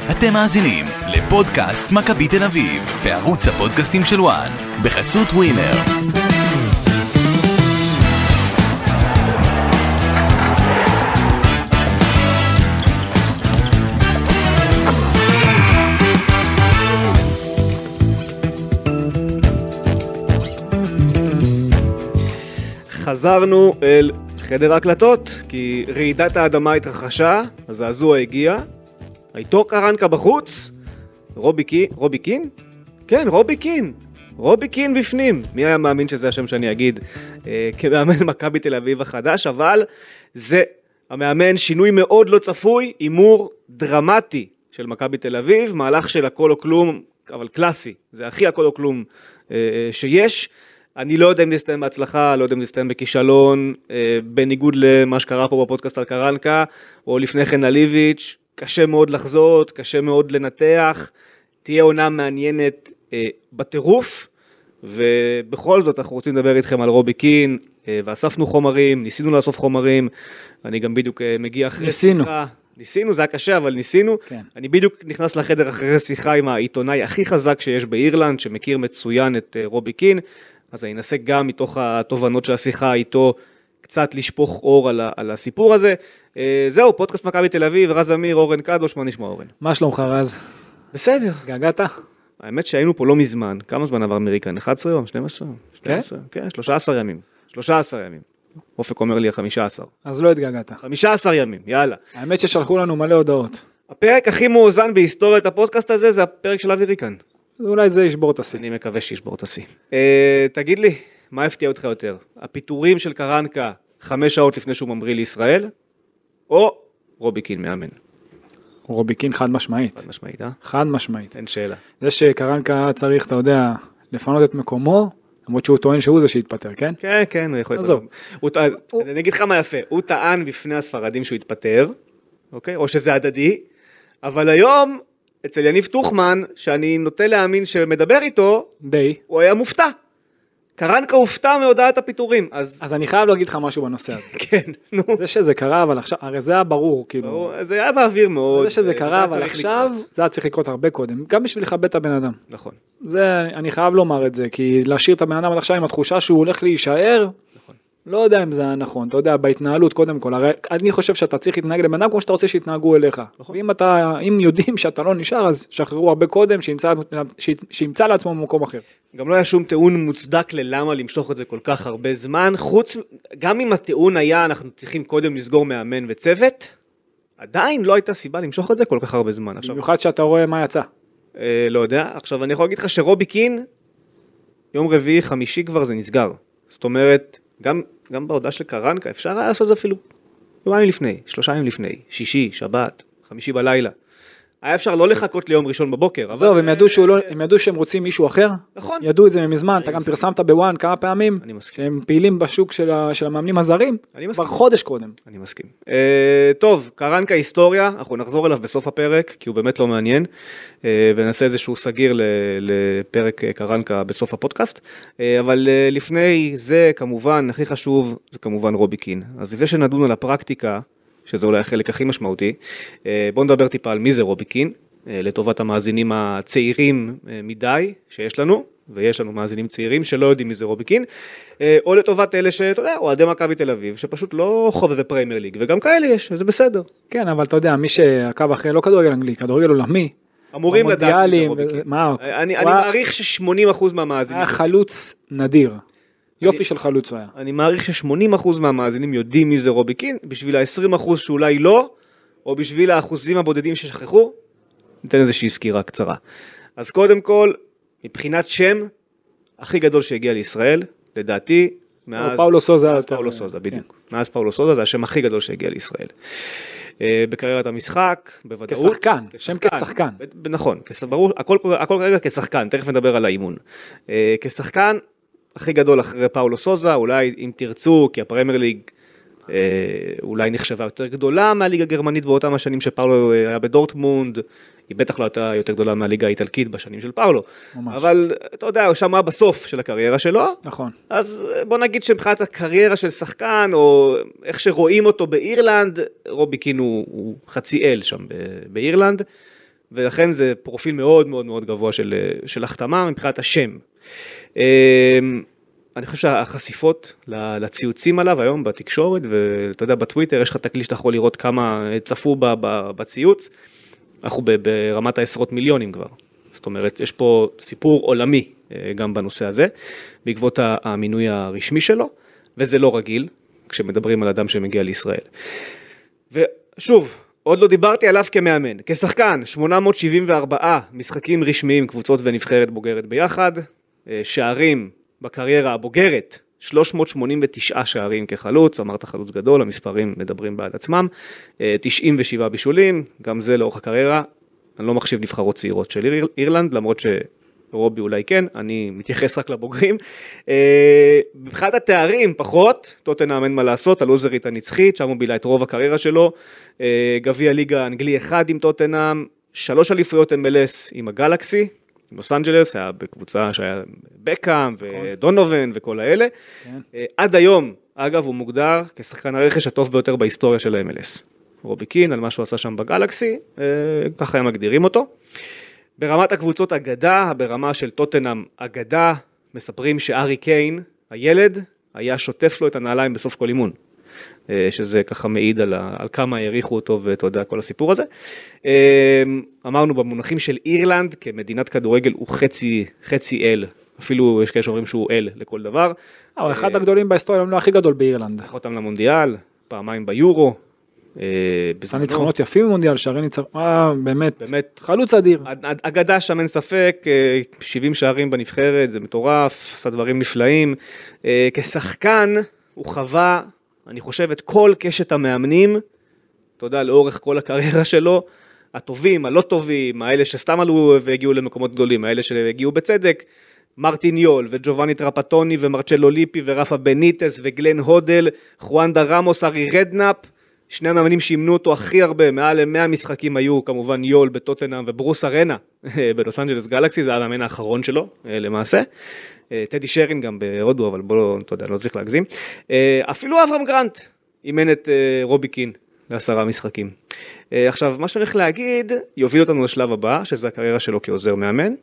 אתם מאזינים לפודקאסט מכבי תל אביב, בערוץ הפודקאסטים של וואן, בחסות ווינר. חזרנו אל חדר ההקלטות, כי רעידת האדמה התרחשה, הזעזוע הגיע, איתו קרנקה בחוץ, רובי קין? כן, רובי קין בפנים. מי היה מאמין שזה השם שאני אגיד כמאמן מכבי תל אביב החדש, אבל זה המאמן, שינוי מאוד לא צפוי, אימור דרמטי של מכבי תל אביב, מהלך של הכל או כלום, אבל קלאסי, זה הכי הכל או כלום שיש. אני לא יודע אם נסתיים בהצלחה, לא יודע אם נסתיים בכישלון, בניגוד למה שקרה פה בפודקאסט על קרנקה, או לפני כן על ליביץ', קשה מאוד לחזות, קשה מאוד לנתח, תהיה עונה מעניינת בטירוף, ובכל זאת אנחנו רוצים לדבר איתכם על רובי קין, ואספנו חומרים, ניסינו לאסוף חומרים, אני גם בדיוק מגיע אחרי שיחה. ניסינו, זה היה קשה, אבל ניסינו. כן. אני בדיוק נכנס לחדר אחרי שיחה עם העיתונאי הכי חזק שיש באירלנד, שמכיר מצוין את רובי קין, אז אני אנסה גם מתוך התובנות של השיחה איתו, קצת לשפוך אור על הסיפור הזה. זהו, פודקאסט מכבי תל אביב, רז אמיר, אורן קדוש, מה נשמע אורן? מה שלומך רז? בסדר. געגעת? האמת שהיינו פה לא מזמן, כמה זמן עבר אמריקן? 11 יום? 12? כן? כן, 13 ימים. 13 ימים. אופק אומר לי 15. אז לא התגעגעת. 15 ימים, יאללה. האמת ששלחו לנו מלא הודעות. הפרק הכי מאוזן בהיסטוריית הפודקאסט הזה, זה הפרק של אביריקן. אולי זה ישבור את השיא. אני מקווה שישבור את השיא. תגיד לי, מה הפתיע אותך יותר? הפיטורים של קרנקה 5 שעות לפני שהוא ממריא לישראל, או רובי קין מאמן? רובי קין חד משמעית. חד משמעית, חד משמעית. אין שאלה. זה שקרנקה צריך, אתה יודע, לפנות את מקומו, למרות שהוא טוען שהוא זה שהתפטר, כן? כן, כן, הוא יכול עזוב. אני אגיד לך מה יפה, הוא טען בפני הספרדים שהוא התפטר, אוקיי? או שזה הדדי, אבל היום, אצל יניב תוכמן, שאני נוטה להאמין שמדבר איתו, הוא היה מופתע. קרנקה הופתע מהודעת הפיטורים, אז אני חייב להגיד לך משהו בנושא הזה. כן, נו. זה שזה קרה, אבל עכשיו, הרי זה היה ברור, כאילו. זה היה באוויר מאוד. זה שזה קרה, אבל עכשיו, זה היה צריך לקרות הרבה קודם, גם בשביל לכבד את הבן אדם. נכון. זה, אני חייב לומר את זה, כי להשאיר את הבן אדם עד עכשיו עם התחושה שהוא הולך להישאר, לא יודע אם זה נכון, אתה יודע, בהתנהלות קודם כל, הרי אני חושב שאתה צריך להתנהג לבן אדם כמו שאתה רוצה שיתנהגו אליך, ואם יודעים שאתה לא נשאר, אז שחררו הרבה קודם, שימצא לעצמו במקום אחר. גם לא היה שום טיעון מוצדק ללמה למשוך את זה כל כך הרבה זמן, גם אם הטיעון היה, אנחנו צריכים קודם לסגור מאמן וצוות, עדיין לא הייתה סיבה למשוך את זה כל כך הרבה זמן. במיוחד שאתה רואה מה יצא. לא יודע, עכשיו אני יכול להגיד לך שרובי קין, יום רביעי, חמישי כבר זה נסגר. זאת אומרת, גם בהודעה של קרנקה, אפשר היה לעשות זה אפילו יומיים לפני, 3 ימים לפני, שישי, שבת, חמישי בלילה. היה אפשר לא לחכות ליום ראשון בבוקר. זהו, הם ידעו שהם רוצים מישהו אחר. נכון. ידעו את זה מזמן, אתה גם פרסמת בוואן כמה פעמים, שהם פעילים בשוק של המאמנים הזרים, כבר חודש קודם. אני מסכים. טוב, קרנקה היסטוריה, אנחנו נחזור אליו בסוף הפרק, כי הוא באמת לא מעניין, ונעשה איזשהו סגיר לפרק קרנקה בסוף הפודקאסט, אבל לפני זה, כמובן, הכי חשוב, זה כמובן רובי קין. אז לפני שנדון על הפרקטיקה, שזה אולי החלק הכי משמעותי, בואו נדבר טיפה על מי זה רובי קין, לטובת המאזינים הצעירים מדי שיש לנו, ויש לנו מאזינים צעירים שלא יודעים מי זה רובי קין, או לטובת אלה שאתה יודע, אוהדי מכבי תל אביב, שפשוט לא חובבי פרמייר ליג, וגם כאלה יש, וזה בסדר. כן, אבל אתה יודע, מי שעקב אחרי לא כדורגל אנגלי, כדורגל עולמי, אמורים לדעת מי זה רובי קין. אני מעריך ש80% מהמאזינים... היה חלוץ נדיר. יופי של חלוץ הוא היה. אני מעריך ש80% מהמאזינים יודעים מי זה רובי קין, בשביל ה20% שאולי לא, או בשביל האחוזים הבודדים ששכחו, ניתן איזושהי סקירה קצרה. אז קודם כל, מבחינת שם, הכי גדול שהגיע לישראל, לדעתי, מאז פאולו סוזה, בדיוק. מאז פאולו סוזה, זה השם הכי גדול שהגיע לישראל. בקריירת המשחק, בוודאות. כשחקן, שם כשחקן. נכון, ברור, הכל כרגע כשחקן, תכף נדבר על האימון. כשחקן, הכי גדול אחרי פאולו סוזה, אולי אם תרצו, כי הפרמייר ליג אולי נחשבה יותר גדולה מהליגה הגרמנית באותם השנים שפאולו היה בדורטמונד, היא בטח לא הייתה יותר גדולה מהליגה האיטלקית בשנים של פאולו. ממש. אבל אתה יודע, הוא שם היה בסוף של הקריירה שלו. נכון. אז בוא נגיד שמבחינת הקריירה של שחקן, או איך שרואים אותו באירלנד, רובי קין הוא חצי אל שם באירלנד. ולכן זה פרופיל מאוד מאוד מאוד גבוה של החתמה מבחינת השם. אני חושב שהחשיפות לציוצים עליו היום בתקשורת, ואתה יודע, בטוויטר יש לך תקליט שאתה יכול לראות כמה צפו בציוץ, אנחנו ברמת העשרות מיליונים כבר. זאת אומרת, יש פה סיפור עולמי גם בנושא הזה, בעקבות המינוי הרשמי שלו, וזה לא רגיל, כשמדברים על אדם שמגיע לישראל. ושוב, עוד לא דיברתי עליו כמאמן. כשחקן, 874 משחקים רשמיים, קבוצות ונבחרת בוגרת ביחד, שערים בקריירה הבוגרת, 389 שערים כחלוץ, אמרת חלוץ גדול, המספרים מדברים בעד עצמם, 97 בישולים, גם זה לאורך הקריירה, אני לא מחשיב נבחרות צעירות של אירלנד, למרות שרובי אולי כן, אני מתייחס רק לבוגרים. מבחינת התארים פחות, טוטנהאם אין מה לעשות, הלוזרית הנצחית, שם הוא בילה את רוב הקריירה שלו, גביע ליגה אנגלי אחד עם טוטנהאם, 3 אליפויות MLS עם הגלקסי, לוס אנג'לס, היה בקבוצה שהיה בקאם ודונובן וכל האלה. עד היום, אגב, הוא מוגדר כשחקן הרכש הטוב ביותר בהיסטוריה של ה-MLS. רובי קין, על מה שהוא עשה שם בגלקסי, ככה הם מגדירים אותו. ברמת הקבוצות אגדה, ברמה של טוטנהאם אגדה, מספרים שארי קיין, הילד, היה שוטף לו את הנעליים בסוף כל אימון. שזה ככה מעיד על כמה העריכו אותו ואתה יודע כל הסיפור הזה. אמרנו במונחים של אירלנד כמדינת כדורגל הוא חצי אל, אפילו יש כאלה שאומרים שהוא אל לכל דבר. הוא אחד הגדולים בהיסטוריה, הוא הכי גדול באירלנד. אותם למונדיאל, פעמיים ביורו. עשה ניצחונות יפים במונדיאל, שערי ניצחונות, באמת, חלוץ אדיר. אגדה שם אין ספק, 70 שערים בנבחרת, זה מטורף, עשה דברים נפלאים. כשחקן הוא חווה, אני חושב, את כל קשת המאמנים, אתה יודע, לאורך כל הקריירה שלו, הטובים, הלא טובים, האלה שסתם עלו והגיעו למקומות גדולים, האלה שהגיעו בצדק, מרטין יול וג'ובאני טרפטוני ומרצ'לו ליפי ורפה בניטס וגלן הודל, חואנדה רמוס, ארי רדנאפ, שני המאמנים שימנו אותו הכי הרבה, מעל 100 משחקים היו כמובן יול בטוטנהאם וברוס ארנה בלוס אנג'לס גלקסי, זה היה המאמן האחרון שלו למעשה. טדי שרין גם בהודו, אבל בוא, אתה יודע, לא צריך להגזים. אפילו אברהם גרנט אימן את רובי קין ל10 משחקים. עכשיו, מה שאני הולך להגיד, יוביל אותנו לשלב הבא, שזה הקריירה שלו כעוזר מאמן.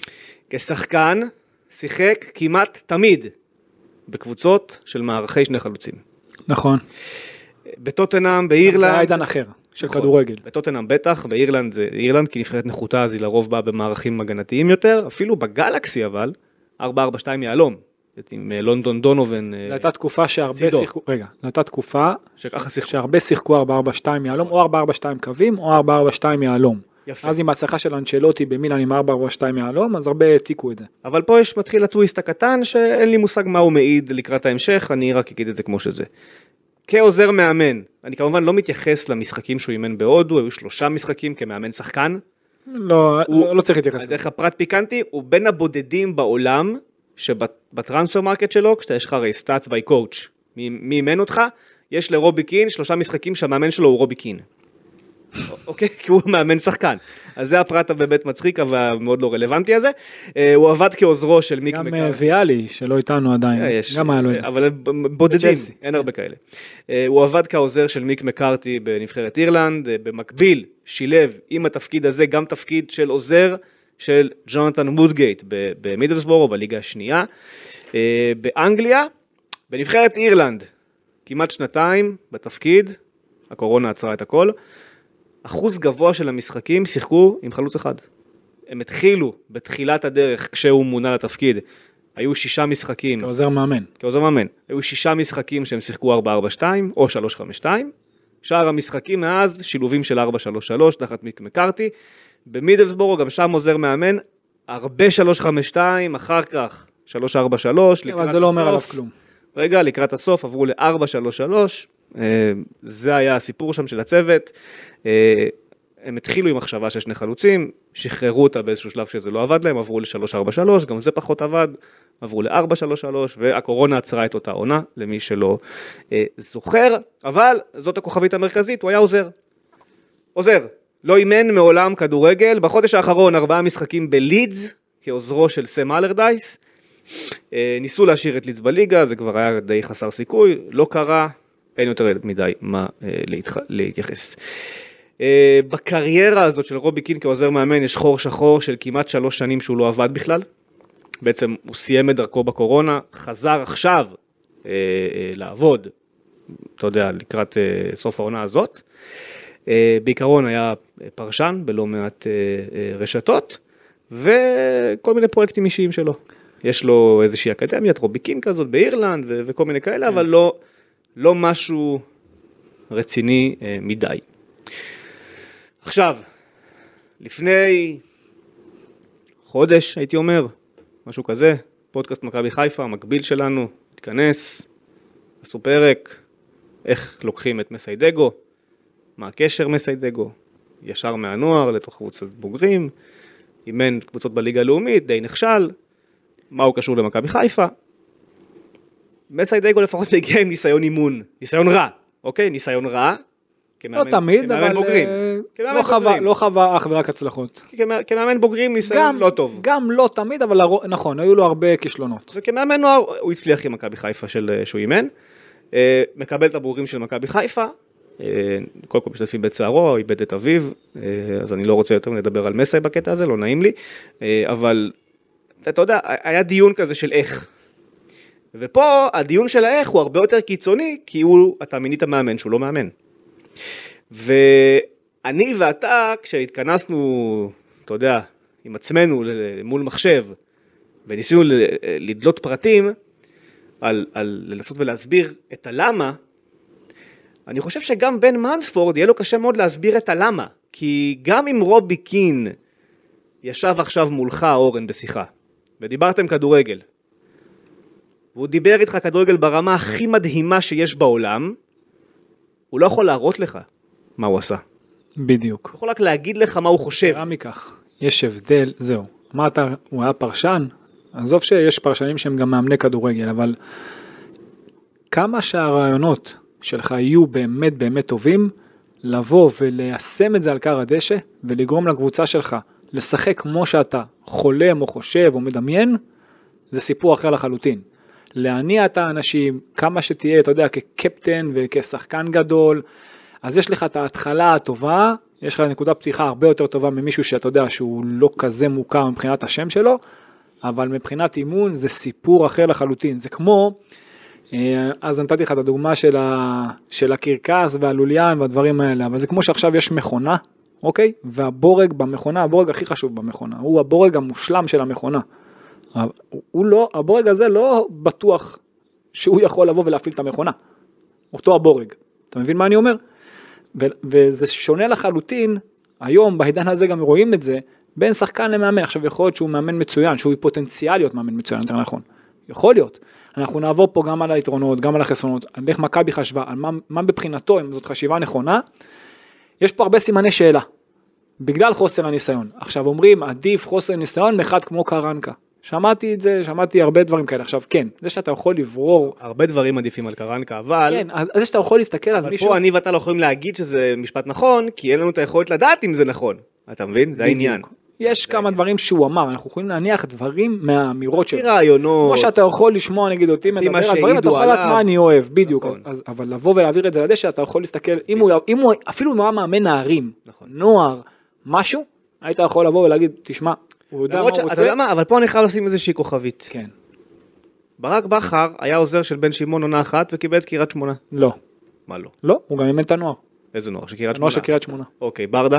כשחקן, שיחק כמעט תמיד בקבוצות של מערכי שני חלוצים. נכון. בטוטנהאם, באירלנד. זה העידן אחר של כדורגל. בטוטנהאם בטח, באירלנד זה אירלנד, כי נבחרת נחותה, אז היא לרוב באה במערכים הגנתיים יותר, אפילו בגלקסי אבל, 4-4-2 יעלום, עם לונדון דונובן. זו הייתה תקופה שהרבה שיחקו, רגע, זו הייתה תקופה שהרבה שיחקו 4-4-2 יעלום, או 4-4-2 קווים, או 4-4-2 יעלום. יפה. אז עם ההצלחה של אנצ'לוטי במילאן עם 4-4-2 יעלום, אז הרבה העתיקו את זה. אבל פה מתחיל הטוויסט הקטן, שאין לי מושג מה הוא מעיד לקראת ההמשך, אני רק אגיד את זה כמו שזה. כעוזר מאמן, אני כמובן לא מתייחס למשחקים שהוא אימן בהודו, היו 3 משחקים כמאמן שחקן. לא צריך להתייחס. דרך הפרט פיקנטי, הוא בין הבודדים בעולם, שבטרנספר מרקט שלו, כשאתה יש לך הרי סטאצ ביי קואוץ', מי אימן אותך, יש לרובי קין 3 משחקים שהמאמן שלו הוא רובי קין. אוקיי? כי הוא מאמן שחקן. אז זה הפרט הבאמת מצחיק, אבל מאוד לא רלוונטי הזה. הוא עבד כעוזרו של מיק מקארתי. גם ויאלי, שלא איתנו עדיין. גם היה לו את זה. אבל בודדים, אין הרבה כאלה. הוא עבד כעוזר של מיק מקארתי בנבחרת אירלנד, במקביל שילב עם התפקיד הזה, גם תפקיד של עוזר של ג'ונתן מודגייט במידלסבורו, בליגה השנייה. באנגליה, בנבחרת אירלנד, כמעט 2 בתפקיד, הקורונה עצרה את הכל, אחוז גבוה של המשחקים שיחקו עם חלוץ אחד. הם התחילו בתחילת הדרך כשהוא מונה לתפקיד, היו 6 משחקים. כעוזר מאמן. כעוזר מאמן. היו 6 משחקים שהם שיחקו 4-4-2 או 3-5-2. שאר המשחקים מאז שילובים של 4-3-3 תחת מיק מקארתי. במידלסבורו גם שם עוזר מאמן, הרבה 3-5-2, אחר כך 3-4-3. אבל זה לא אומר עליו כלום. רגע, לקראת הסוף עברו ל-4-3-3. זה היה הסיפור שם של הצוות. הם התחילו עם מחשבה של 2 חלוצים, שחררו אותה באיזשהו שלב שזה לא עבד להם, עברו ל-3-4-3, גם זה פחות עבד, עברו ל-4-3-3, והקורונה עצרה את אותה עונה, למי שלא זוכר, אבל זאת הכוכבית המרכזית, הוא היה עוזר. עוזר, לא אימן מעולם כדורגל, בחודש האחרון 4 משחקים בלידס, כעוזרו של סם אלרדייס, ניסו להשאיר את לידס בליגה, זה כבר היה די חסר סיכוי, לא קרה, אין יותר מדי מה להתייחס. בקריירה הזאת של רובי קין כעוזר מאמן יש חור שחור של כמעט 3 שנים שהוא לא עבד בכלל. בעצם הוא סיים את דרכו בקורונה, חזר עכשיו לעבוד, אתה יודע, לקראת סוף העונה הזאת. בעיקרון היה פרשן בלא מעט רשתות, וכל מיני פרויקטים אישיים שלו. יש לו איזושהי אקדמיית רובי קין כזאת באירלנד וכל מיני כאלה, אבל לא משהו רציני מדי. עכשיו, לפני חודש הייתי אומר, משהו כזה, פודקאסט מכבי חיפה, המקביל שלנו, התכנס, עשו פרק, איך לוקחים את מסיידגו, מה הקשר מסיידגו, ישר מהנוער לתוך קבוצת בוגרים, אימן קבוצות בליגה הלאומית, די נכשל, מה הוא קשור למכבי חיפה. מסיידגו לפחות מגיע עם ניסיון אימון, ניסיון רע, אוקיי? ניסיון רע. לא תמיד, אבל לא חווה אך ורק הצלחות. כמאמן בוגרים ניסיון לא טוב. גם לא תמיד, אבל נכון, היו לו הרבה כישלונות. וכמאמן נוער הוא הצליח עם מכבי חיפה שהוא אימן, מקבל את הבוגרים של מכבי חיפה, כל משתתפים בצערו, איבד את אביו, אז אני לא רוצה יותר לדבר על מסי בקטע הזה, לא נעים לי, אבל אתה יודע, היה דיון כזה של איך. ופה הדיון של האיך הוא הרבה יותר קיצוני, כי אתה מינית מאמן שהוא לא מאמן. ואני ואתה, כשהתכנסנו, אתה יודע, עם עצמנו מול מחשב, וניסינו לדלות פרטים, על לנסות ולהסביר את הלמה, אני חושב שגם בן מנספורד יהיה לו קשה מאוד להסביר את הלמה, כי גם אם רובי קין ישב עכשיו מולך אורן בשיחה, ודיברתם כדורגל, והוא דיבר איתך כדורגל ברמה הכי מדהימה שיש בעולם, הוא לא יכול להראות לך מה הוא עשה. בדיוק. הוא יכול רק להגיד לך מה הוא חושב. גם מכך, יש הבדל, זהו. אמרת, הוא היה פרשן, עזוב שיש פרשנים שהם גם מאמני כדורגל, אבל כמה שהרעיונות שלך יהיו באמת באמת טובים, לבוא וליישם את זה על קר הדשא, ולגרום לקבוצה שלך לשחק כמו שאתה חולם או חושב או מדמיין, זה סיפור אחר לחלוטין. להניע את האנשים, כמה שתהיה, אתה יודע, כקפטן וכשחקן גדול, אז יש לך את ההתחלה הטובה, יש לך נקודה פתיחה הרבה יותר טובה ממישהו שאתה יודע שהוא לא כזה מוכר מבחינת השם שלו, אבל מבחינת אימון זה סיפור אחר לחלוטין. זה כמו, אז נתתי לך את הדוגמה של הקרקס והלוליין והדברים האלה, אבל זה כמו שעכשיו יש מכונה, אוקיי? והבורג במכונה, הבורג הכי חשוב במכונה, הוא הבורג המושלם של המכונה. הבורג הזה לא בטוח שהוא יכול לבוא ולהפעיל את המכונה, אותו הבורג. אתה מבין מה אני אומר? וזה שונה לחלוטין, היום בעידן הזה גם רואים את זה, בין שחקן למאמן. עכשיו יכול להיות שהוא מאמן מצוין, שהוא פוטנציאל להיות מאמן מצוין, יותר נכון. יכול להיות. אנחנו נעבור פה גם על היתרונות, גם על החסרונות, על איך מכבי חשבה, על מה בבחינתו, אם זאת חשיבה נכונה. יש פה הרבה סימני שאלה, בגלל חוסר הניסיון. עכשיו אומרים, עדיף חוסר ניסיון מאחד כמו קרנקה. שמעתי את זה, שמעתי הרבה דברים כאלה. עכשיו כן, זה שאתה יכול לברור... הרבה דברים עדיפים על קרנקה, אבל... כן, אז זה שאתה יכול להסתכל על מישהו... אבל פה אני ואתה לא יכולים להגיד שזה משפט נכון, כי אין לנו את היכולת לדעת אם זה נכון. אתה מבין? זה העניין. יש כמה דברים שהוא אמר, אנחנו יכולים להניח דברים מהאמירות שלו. רעיונות. כמו שאתה יכול לשמוע, נגיד אותי מדבר על דברים, אתה יכול לדעת מה אני אוהב, בדיוק. אבל לבוא ולהעביר את זה לדשא, אתה יכול להסתכל, אם הוא אפילו אם הוא היה מאמן נערים, נוער, משהו, היית יכול לבוא ולהגיד, תשמע, הוא יודע מה הוא רוצה. אבל פה אני חייב לשים איזושהי כוכבית. כן. ברק בכר היה עוזר של בן שמעון עונה אחת וקיבל את קריית שמונה. לא. מה לא? לא, הוא גם אימן את הנוער. איזה נוער? של קריית שמונה? הנוער של קריית שמונה. אוקיי, ברדה?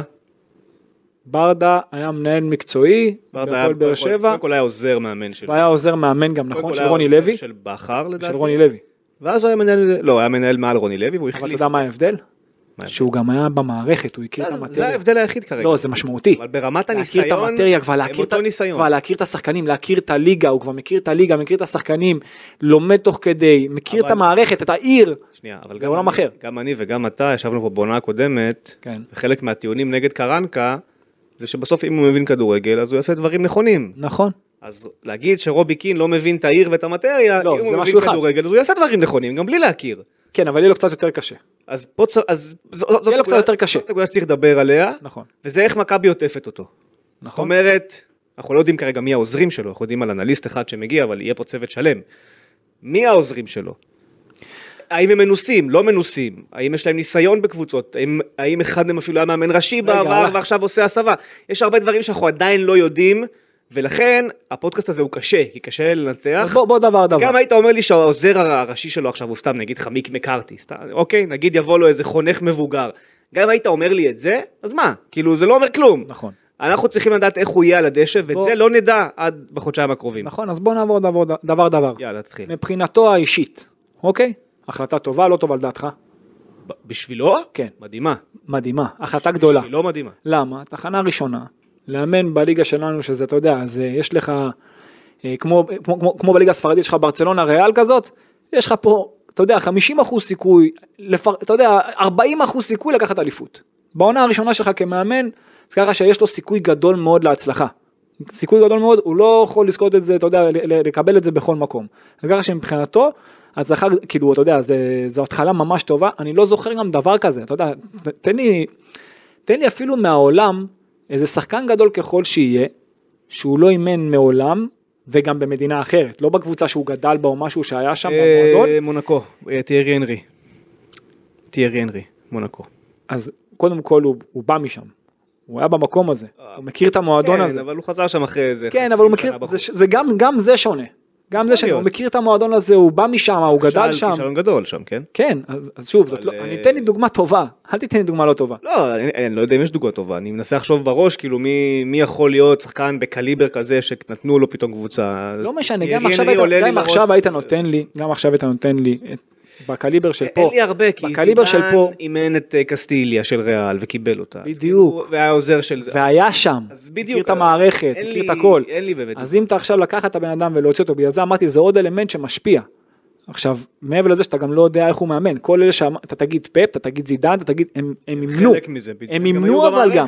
ברדה היה מנהל מקצועי, בהפועל באר שבע. קודם כל היה עוזר מאמן שלו. והיה עוזר מאמן גם, נכון, של רוני לוי. של בכר לדעתי. של רוני לוי. ואז הוא היה מנהל, לא, היה מנהל מעל רוני לוי, והוא החליף. אבל אתה יודע מה ההבדל? שהוא גם היה במערכת, הוא הכיר את המטריה. זה ההבדל היחיד כרגע. לא, זה משמעותי. אבל ברמת הניסיון, להכיר את המטריה, כבר להכיר את השחקנים, להכיר את הליגה, הוא כבר מכיר את הליגה, מכיר את השחקנים, לומד תוך כדי, מכיר את המערכת, את העיר. זה עולם אחר. גם אני וגם אתה ישבנו פה בעונה הקודמת, וחלק מהטיעונים נגד קרנקה, זה שבסוף אם הוא מבין כדורגל, אז הוא יעשה דברים נכונים. נכון. אז להגיד שרובי קין לא מבין את העיר ואת המטריה, אם הוא מבין כדורגל, אז הוא יעשה דברים נכונים, גם בלי להכיר. כן, אבל יהיה לו קצת יותר קשה. אז פה זאת יהיה לו קצת יותר קשה. זאת נקודה שצריך לדבר עליה, נכון. וזה איך מכבי עוטפת אותו. נכון. זאת אומרת, אנחנו לא יודעים כרגע מי העוזרים שלו, אנחנו יודעים על אנליסט אחד שמגיע, אבל יהיה פה צוות שלם. מי העוזרים שלו? האם הם מנוסים, לא מנוסים, האם יש להם ניסיון בקבוצות, האם אחד מהם אפילו היה מאמן ראשי בעבר ועכשיו עושה הסבה, יש הרבה דברים שאנחנו עדיין לא יודעים, ולכן הפודקאסט הזה הוא קשה, כי קשה לנתח. בוא דבר. גם היית אומר לי שהעוזר הראשי שלו עכשיו הוא סתם, נגיד חמיק מקארתי, אוקיי, נגיד יבוא לו איזה חונך מבוגר, גם היית אומר לי את זה, אז מה? כאילו זה לא אומר כלום. נכון. אנחנו צריכים לדעת איך הוא יהיה על הדשא, ואת זה לא נדע עד בחודשיים הקרובים. נכון, אז בוא נעבור דבר. יאללה, תתחיל. מבחינתו האישית, אוקיי? החלטה טובה, לא טובה לדעתך? בשבילו? כן. מדהימה. החלטה גדולה. בשבילו מדהימה. למה? תחנה ראשונה, לאמן בליגה שלנו, שזה, אתה יודע, אז יש לך, כמו בליגה הספרדית, יש לך ברצלונה ריאל כזאת, יש לך פה, אתה יודע, 50% סיכוי, אתה יודע, 40% סיכוי לקחת אליפות. בעונה הראשונה שלך כמאמן, אז ככה שיש לו סיכוי גדול מאוד להצלחה. סיכוי גדול מאוד, הוא לא יכול לזכות את זה, אתה יודע, לקבל את זה בכל מקום. אז ככה שמבחינתו, הצלחה, כאילו, אתה יודע, זו התחלה ממש טובה, אני לא זוכר גם דבר כזה, אתה יודע, תן לי אפילו מהעולם, איזה שחקן גדול ככל שיהיה, שהוא לא אימן מעולם, וגם במדינה אחרת, לא בקבוצה שהוא גדל בה או משהו שהיה שם במועדון. מונקו, תיארי הנרי, מונקו. אז קודם כל הוא בא משם, הוא היה במקום הזה, הוא מכיר את המועדון הזה. כן, אבל הוא חזר שם אחרי זה. כן, אבל הוא מכיר, זה גם זה שונה. גם זה שהוא מכיר את המועדון הזה, הוא בא משם, הוא גדל שם. כישלון גדול שם, כן? כן, אז שוב, אני אתן לי דוגמה טובה, אל תיתן לי דוגמה לא טובה. לא, אני לא יודע אם יש דוגמה טובה, אני מנסה לחשוב בראש, כאילו מי יכול להיות שחקן בקליבר כזה, שנתנו לו פתאום קבוצה. לא משנה, גם עכשיו היית נותן לי, בקליבר של פה. אין לי הרבה, כי זידן אימן את קסטיליה של ריאל וקיבל אותה. בדיוק. והיה עוזר של זה. והיה שם. מכיר את המערכת, מכיר את הכל. אין לי באמת. אז אם אתה עכשיו לקחת את הבן אדם ולהוציא אותו, בגלל זה אמרתי, זה עוד אלמנט שמשפיע. עכשיו, מעבר לזה שאתה גם לא יודע איך הוא מאמן, כל אלה שאתה תגיד פפ, אתה תגיד זידן, אתה תגיד, הם אימנו. הם אימנו אבל גם,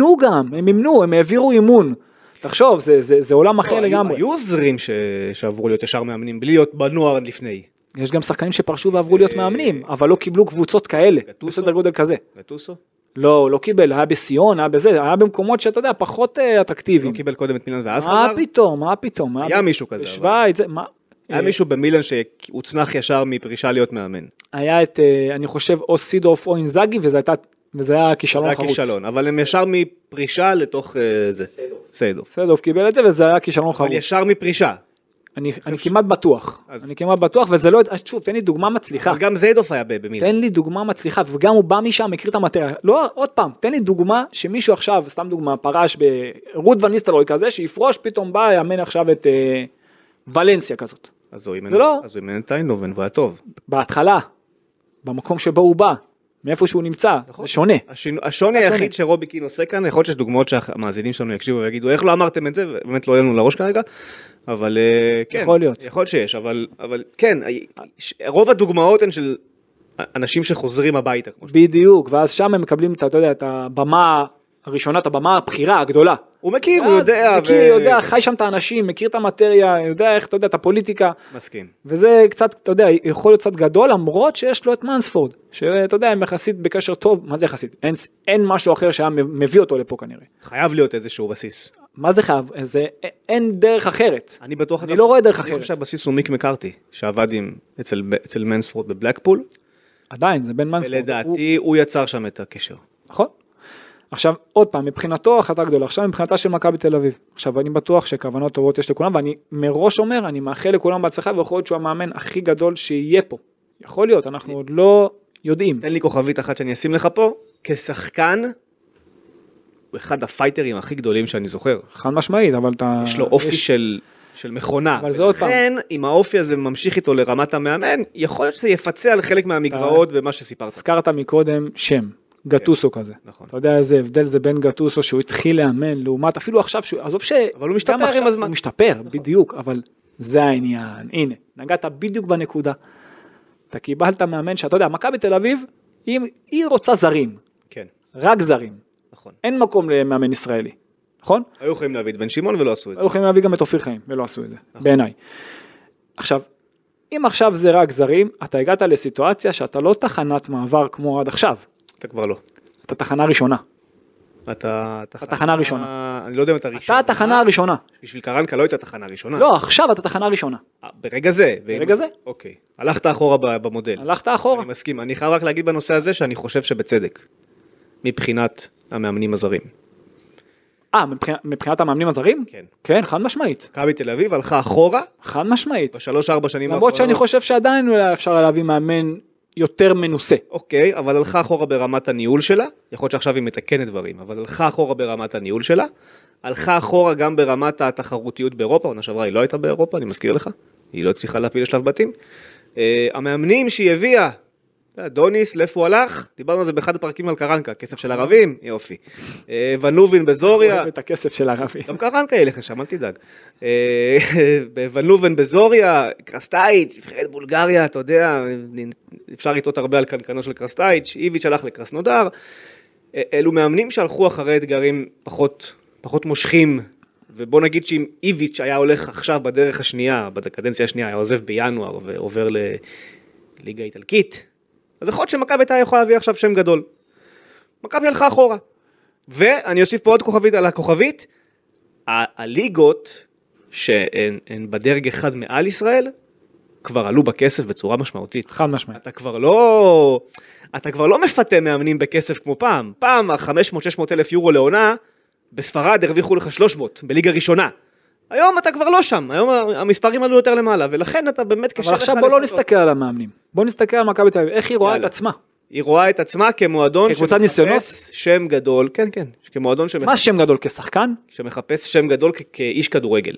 הם העבירו אימון. תחשוב, זה עולם אחר לגמרי. היו עוזרים שעברו להיות ישר מאמנים, בלי להיות בנוער לפני. יש גם שחקנים שפרשו ועברו להיות מאמנים, אבל לא קיבלו קבוצות כאלה, בסדר גודל כזה. גטוסו? לא קיבל, היה בסיון, היה בזה, היה במקומות שאתה יודע, פחות אטרקטיביים. לא קיבל קודם את מילאן ואז חזר? מה פתאום? היה מישהו כזה. בשוויץ, היה מישהו במילאן שהוצנח ישר מפרישה להיות מאמן. היה את, אני חושב, או סידורף או אינזאגי, וזה היה כישלון חרוץ. זה היה כישלון, אבל הם ישר מפרישה לתוך זה. סיידורף קיבל את זה, וזה היה כישלון חרוץ. אבל ישר מפרישה. אני כמעט בטוח, וזה לא, שוב, תן לי דוגמה מצליחה. אבל גם זיידוף היה במילאן. תן לי דוגמה מצליחה, וגם הוא בא משם, מכיר את המטריה. לא, עוד פעם, תן לי דוגמה שמישהו עכשיו, סתם דוגמה, פרש ברות ון ניסטלרוי כזה, שיפרוש, פתאום בא, יאמן עכשיו את ולנסיה כזאת. אז הוא אימן את איינדובן, והיה טוב. בהתחלה, במקום שבו הוא בא, מאיפה שהוא נמצא, זה שונה. השוני היחיד שרובי קין עושה כאן, יכול להיות שיש דוגמאות שהמאזינים שלנו יקשיבו ויגידו, איך לא אמרתם את זה, ובאמת לא יהיה לנו לראש כרגע, אבל כן, יכול להיות שיש, אבל כן, רוב הדוגמאות הן של אנשים שחוזרים הביתה. בדיוק, ואז שם הם מקבלים, אתה יודע, את הבמה הראשונה, את הבמה הבחירה הגדולה. הוא מכיר, הוא יודע. יודע, חי שם את האנשים, מכיר את המטריה, יודע איך, אתה יודע, את הפוליטיקה. מסכים. וזה קצת, אתה יודע, יכול להיות קצת גדול, למרות שיש לו את מנספורד, שאתה יודע, הם יחסית בקשר טוב, מה זה יחסית? אין משהו אחר שהיה מביא אותו לפה כנראה. חייב להיות איזשהו בסיס. מה זה חייב? אין דרך אחרת. אני לא רואה דרך אחרת. אני חושב שהבסיס הוא מיק מקארתי, שעבד אצל מנספורד בבלקפול. עדיין, זה בין מנספורד. ולדעתי הוא יצר שם את הקשר. נכון. עכשיו, עוד פעם, מבחינתו החלטה גדולה, עכשיו מבחינתה של מכבי תל אביב. עכשיו, אני בטוח שכוונות טובות יש לכולם, ואני מראש אומר, אני מאחל לכולם בהצלחה, ויכול להיות שהוא המאמן הכי גדול שיהיה פה. יכול להיות, אנחנו עוד לא יודעים. תן לי כוכבית אחת שאני אשים לך פה, כשחקן, הוא אחד הפייטרים הכי גדולים שאני זוכר. חד משמעית, אבל אתה... יש לו אופי של מכונה. אבל זה עוד פעם. ולכן, אם האופי הזה ממשיך איתו לרמת המאמן, יכול להיות שזה יפצה על חלק מהמגרעות במה שסיפרת. הזכרת מקודם שם. גטוסו כזה. נכון. אתה יודע איזה הבדל זה בין גטוסו שהוא התחיל לאמן, לעומת אפילו עכשיו, עזוב ש... אבל הוא משתפר עם הזמן. הוא משתפר, בדיוק, אבל זה העניין. הנה, נגעת בדיוק בנקודה. אתה קיבלת מאמן שאתה יודע, מכבי תל אביב, היא רוצה זרים. כן. רק זרים. נכון. אין מקום למאמן ישראלי. נכון? היו יכולים להביא את בן שמעון ולא עשו את זה. היו יכולים להביא גם את אופיר חיים ולא עשו את זה, בעיניי. עכשיו, אם עכשיו זה רק זרים, אתה הגעת לסיטואציה שאתה לא תחנת מעבר כמו עד עכשיו. אתה כבר לא. אתה תחנה ראשונה. אתה תחנה ראשונה. אני לא יודע אם אתה ראשונה. אתה התחנה הראשונה. בשביל קרנקה לא הייתה תחנה ראשונה. לא, עכשיו אתה תחנה הראשונה. ברגע זה. ברגע זה. אוקיי. הלכת אחורה במודל. הלכת אחורה. אני מסכים. אני חייב רק להגיד בנושא הזה שאני חושב שבצדק. מבחינת המאמנים הזרים. מבחינת המאמנים הזרים? כן. כן, חד משמעית. מכבי תל אביב הלכה אחורה. חד משמעית. ב3-4 שנים למרות שאני חושב שעדיין אפשר להביא מאמן יותר מנוסה. אוקיי, אבל הלכה אחורה ברמת הניהול שלה. יכול להיות שעכשיו היא מתקנת דברים, אבל הלכה אחורה ברמת הניהול שלה. הלכה אחורה גם ברמת התחרותיות באירופה. עונה שעברה היא לא הייתה באירופה, אני מזכיר לך. היא לא הצליחה להפיל לשלב בתים. המאמנים שהיא הביאה, דוניס, לאיפה הוא הלך? דיברנו על זה באחד הפרקים על קרנקה, כסף של ערבים, יופי. ונלובן בזוריה. אוהב את הכסף של ערבים. גם קרנקה ילך לשם, אל תדאג. ונלובן בזוריה, קרסטייץ', נבחרת בולגריה, אתה יודע, אפשר לטעות הרבה על קנקנו של קרסטייץ', איביץ' הלך לקרסנודר. אלו מאמנים שהלכו אחרי אתגרים פחות מושכים, ובוא נגיד שאם איביץ' היה הולך עכשיו בדרך השנייה, בקדנציה השנייה, היה עוזב בינואר ועובר לליגה איטלקית, אז יכול להיות שמכבי הייתה יכולה להביא עכשיו שם גדול. מכבי הלכה אחורה. ואני אוסיף פה עוד כוכבית על הכוכבית, הליגות שהן בדרג אחד מעל ישראל, כבר עלו בכסף בצורה משמעותית. חד משמעית. אתה כבר לא מפתה מאמנים בכסף כמו פעם. פעם 500-600 אלף יורו לעונה, בספרד הרוויחו לך 300 בליגה ראשונה. היום אתה כבר לא שם, היום המספרים עלו יותר למעלה, ולכן אתה באמת קשה לך... אבל עכשיו בוא לא נסתכל על המאמנים, בוא נסתכל על מכבי תל אביב, איך היא רואה את עצמה? היא רואה את עצמה כמועדון כקבוצת ניסיונות? שם גדול, כן, כן, כמועדון שמחפש... מה שם גדול, כשחקן? שמחפש שם גדול כאיש כדורגל.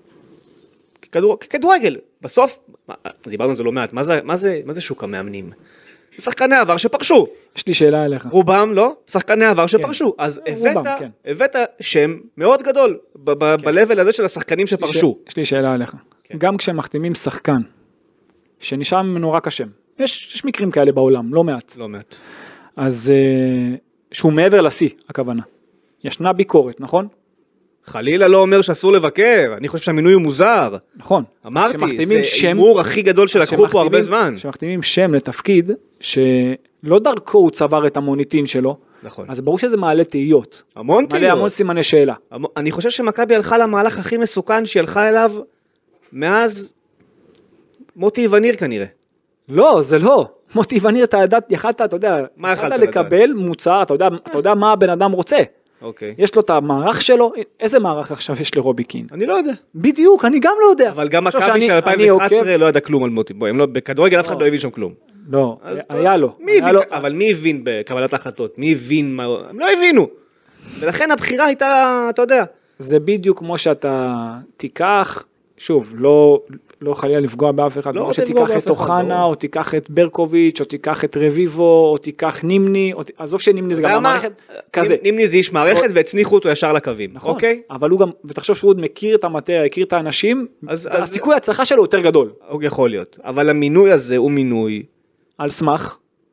ככדורגל. בסוף, דיברנו על זה לא מעט, מה זה שוק המאמנים? שחקני העבר שפרשו. יש לי שאלה אליך. רובם לא, שחקני העבר שפרשו. אז הבאת שם מאוד גדול ב-level הזה של השחקנים שפרשו. יש לי שאלה אליך. גם כשמחתימים שחקן, שנשאר ממנו רק השם, יש מקרים כאלה בעולם, לא מעט. לא מעט. אז שהוא מעבר לשיא, הכוונה. ישנה ביקורת, נכון? חלילה לא אומר שאסור לבקר, אני חושב שהמינוי הוא מוזר. נכון. אמרתי, זה אימור הכי גדול שלקחו פה הרבה זמן. כשמחתימים שם לתפקיד, שלא דרכו הוא צבר את המוניטין שלו, נכון. אז ברור שזה מעלה תהיות. המון תהיות. מעלה המון סימני שאלה. אני חושב שמכבי הלכה למהלך הכי מסוכן שהיא הלכה אליו, מאז מוטי וניר כנראה. לא, זה לא. מוטי וניר, יכלת, אתה יודע, יכלת לקבל מוצר, אתה יודע מה הבן אדם רוצה. אוקיי. יש לו את המערך שלו, איזה מערך עכשיו יש לרובי קין? אני לא יודע. בדיוק, אני גם לא יודע. אבל גם מכבי של 2011 לא ידע כלום על מוטי, בכדורגל אף אחד לא הבין שם כלום. לא, היה לו. אבל מי הבין בקבלת ההחלטות? מי הבין מה... הם לא הבינו. ולכן הבחירה הייתה, אתה יודע. זה בדיוק כמו שאתה תיקח, שוב, לא חלילה לפגוע באף אחד, כמו שתיקח את אוחנה, או תיקח את ברקוביץ', או תיקח את רביבו, או תיקח נימני, עזוב שנימני זה גם המערכת, כזה. נימני זה איש מערכת, והצניחו אותו ישר לקווים. נכון, אבל הוא גם, ותחשוב שהוא עוד מכיר את המטריה, הכיר את האנשים, הסיכוי ההצלחה שלו יותר גדול. הוא יכול להיות, אבל המינוי הזה הוא מינוי... על סמך,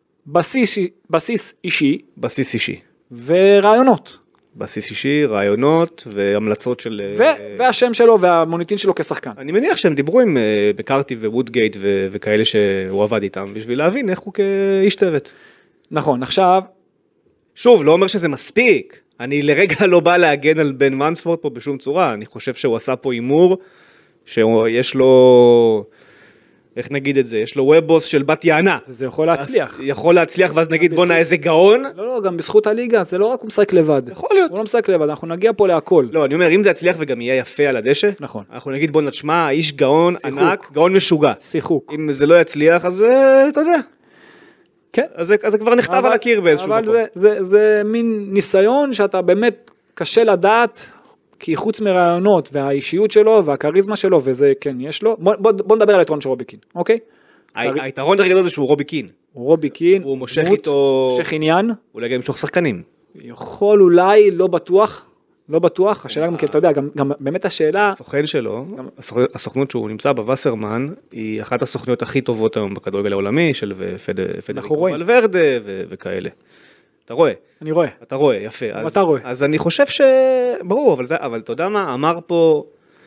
בסיס אישי. בסיס אישי. ורעיונות. בסיס אישי, רעיונות והמלצות של... והשם שלו והמוניטין שלו כשחקן. אני מניח שהם דיברו עם בקרטי ווודגייט וכאלה שהוא עבד איתם, בשביל להבין איך הוא כאיש צוות. נכון, עכשיו... שוב, לא אומר שזה מספיק. אני לרגע לא בא להגן על בן מנספורד פה בשום צורה. אני חושב שהוא עשה פה אימור, שיש לו... איך נגיד את זה? יש לו וובוס של בת יענה. זה יכול להצליח. יכול להצליח, ואז נגיד בוא נע איזה גאון. לא, גם בזכות הליגה, זה לא רק הוא משחק לבד. יכול להיות. הוא לא משחק לבד, אנחנו נגיע פה להכל. לא, אני אומר, אם זה יצליח וגם יהיה יפה על הדשא, נכון. אנחנו נגיד בוא נשמע, איש גאון ענק, גאון משוגע. שיחוק. אם זה לא יצליח, אז אתה יודע. כן. אז זה כבר נכתב על הקיר באיזשהו מקום. אבל זה מין ניסיון שאתה באמת קשה לדעת, כי חוץ מרעיונות והאישיות שלו והכריזמה שלו, וזה כן יש לו, בוא נדבר על היתרון של רובי קין, אוקיי? היתרון הגדול זה שהוא רובי קין. הוא רובי קין, הוא מושך איתו... מושך עניין. אולי גם מושך שחקנים. יכול אולי, לא בטוח, השאלה גם, אתה יודע, גם באמת השאלה... הסוכן שלו, הסוכנות שהוא נמצא בווסרמן, היא אחת הסוכניות הכי טובות היום בכדורגל העולמי, של פדריקו ולוורדה וכאלה. אתה רואה? אני רואה. אתה רואה, יפה. אתה רואה. אז אני חושב ברור, אבל אתה יודע מה, אמר פה,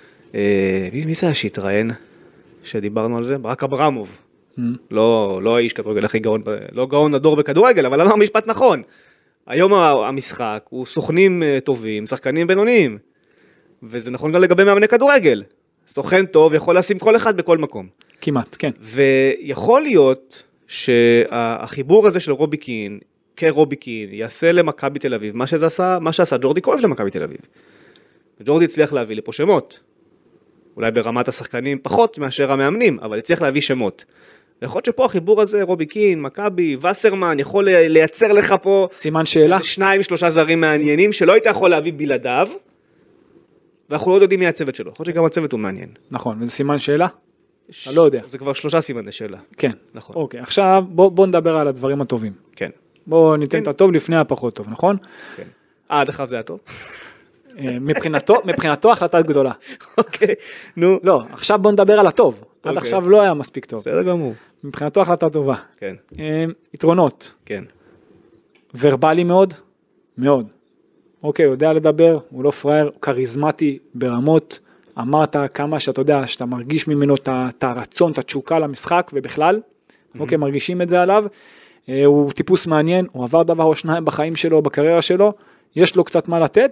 מי זה שהתראיין, שדיברנו על זה? ברק אברמוב. לא האיש כדורגל הכי גאון, לא גאון הדור בכדורגל, אבל אמר משפט נכון. היום המשחק הוא סוכנים טובים, שחקנים בינוניים, וזה נכון גם לגבי מאמני כדורגל. סוכן טוב יכול לשים כל אחד בכל מקום. כמעט, כן. ויכול להיות שהחיבור הזה של רובי קין, כרובי קין, יעשה למכבי תל אביב, מה שעשה ג'ורדי קרויף למכבי תל אביב. וג'ורדי הצליח להביא לפה שמות. אולי ברמת השחקנים פחות מאשר המאמנים, אבל הצליח להביא שמות. יכול להיות שפה החיבור הזה, רובי קין, מכבי, וסרמן, יכול לייצר לך פה סימן שאלה. 2-3 זרים מעניינים שלא היית יכול להביא בלעדיו, ואנחנו לא יודעים מי הצוות שלו. יכול להיות שגם הצוות הוא מעניין. נכון, וזה סימן שאלה? אתה לא יודע. זה כבר 3 סימני שאלה. כן. נכון. אוקיי, עכשיו בוא נדבר על הדברים הטובים. כן. בוא ניתן את הטוב לפני הפחות טוב, נכון? כן. עד עכשיו זה היה טוב? מבחינתו החלטה גדולה. אוקיי, נו. לא, עכשיו בוא נדבר על הטוב. עד אוקיי. עכשיו לא היה מספיק טוב. בסדר גמור. מבחינתו החלטה טובה. כן. יתרונות. כן. ורבלי מאוד? מאוד. אוקיי, יודע לדבר, הוא לא פרייר, הוא כריזמטי ברמות. אמרת כמה שאתה יודע, שאתה מרגיש ממנו את הרצון, את התשוקה למשחק ובכלל. אוקיי, מרגישים את זה עליו. הוא טיפוס מעניין, הוא עבר דבר או שניים בחיים שלו, בקריירה שלו. יש לו קצת מה לתת.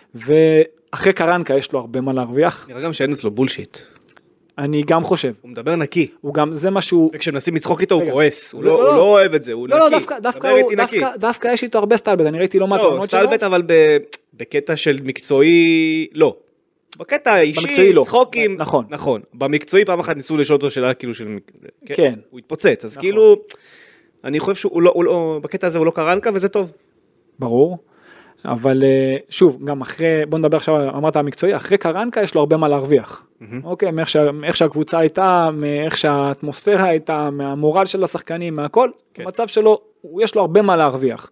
ואחרי קרנקה יש לו הרבה מה להרוויח. נראה גם שאין אצלו בולשיט. אני גם חושב. הוא מדבר נקי. הוא גם, זה משהו... וכשמנסים לצחוק איתו הוא כועס. הוא זה לא אוהב את זה, הוא נקי. לא, דווקא יש איתו הרבה סטלבט, אני ראיתי לא מעט לא, סטלבט אבל בקטע של מקצועי, לא. בקטע האישי, צחוקים. נכון. נכון. במקצועי פעם אחת ניסו לשאול אותו שאלה כאילו של... כן. הוא התפוצץ, אז כאילו, אני חושב שהוא לא, בקטע הזה הוא לא קרנקה וזה טוב. ברור. אבל שוב, גם אחרי, בוא נדבר עכשיו, אמרת המקצועי, אחרי קרנקה יש לו הרבה מה להרוויח. אוקיי, מאיך שהקבוצה הייתה, מאיך שהאטמוספירה הייתה, מהמורל של השחקנים, מהכל, המצב שלו, יש לו הרבה מה להרוויח.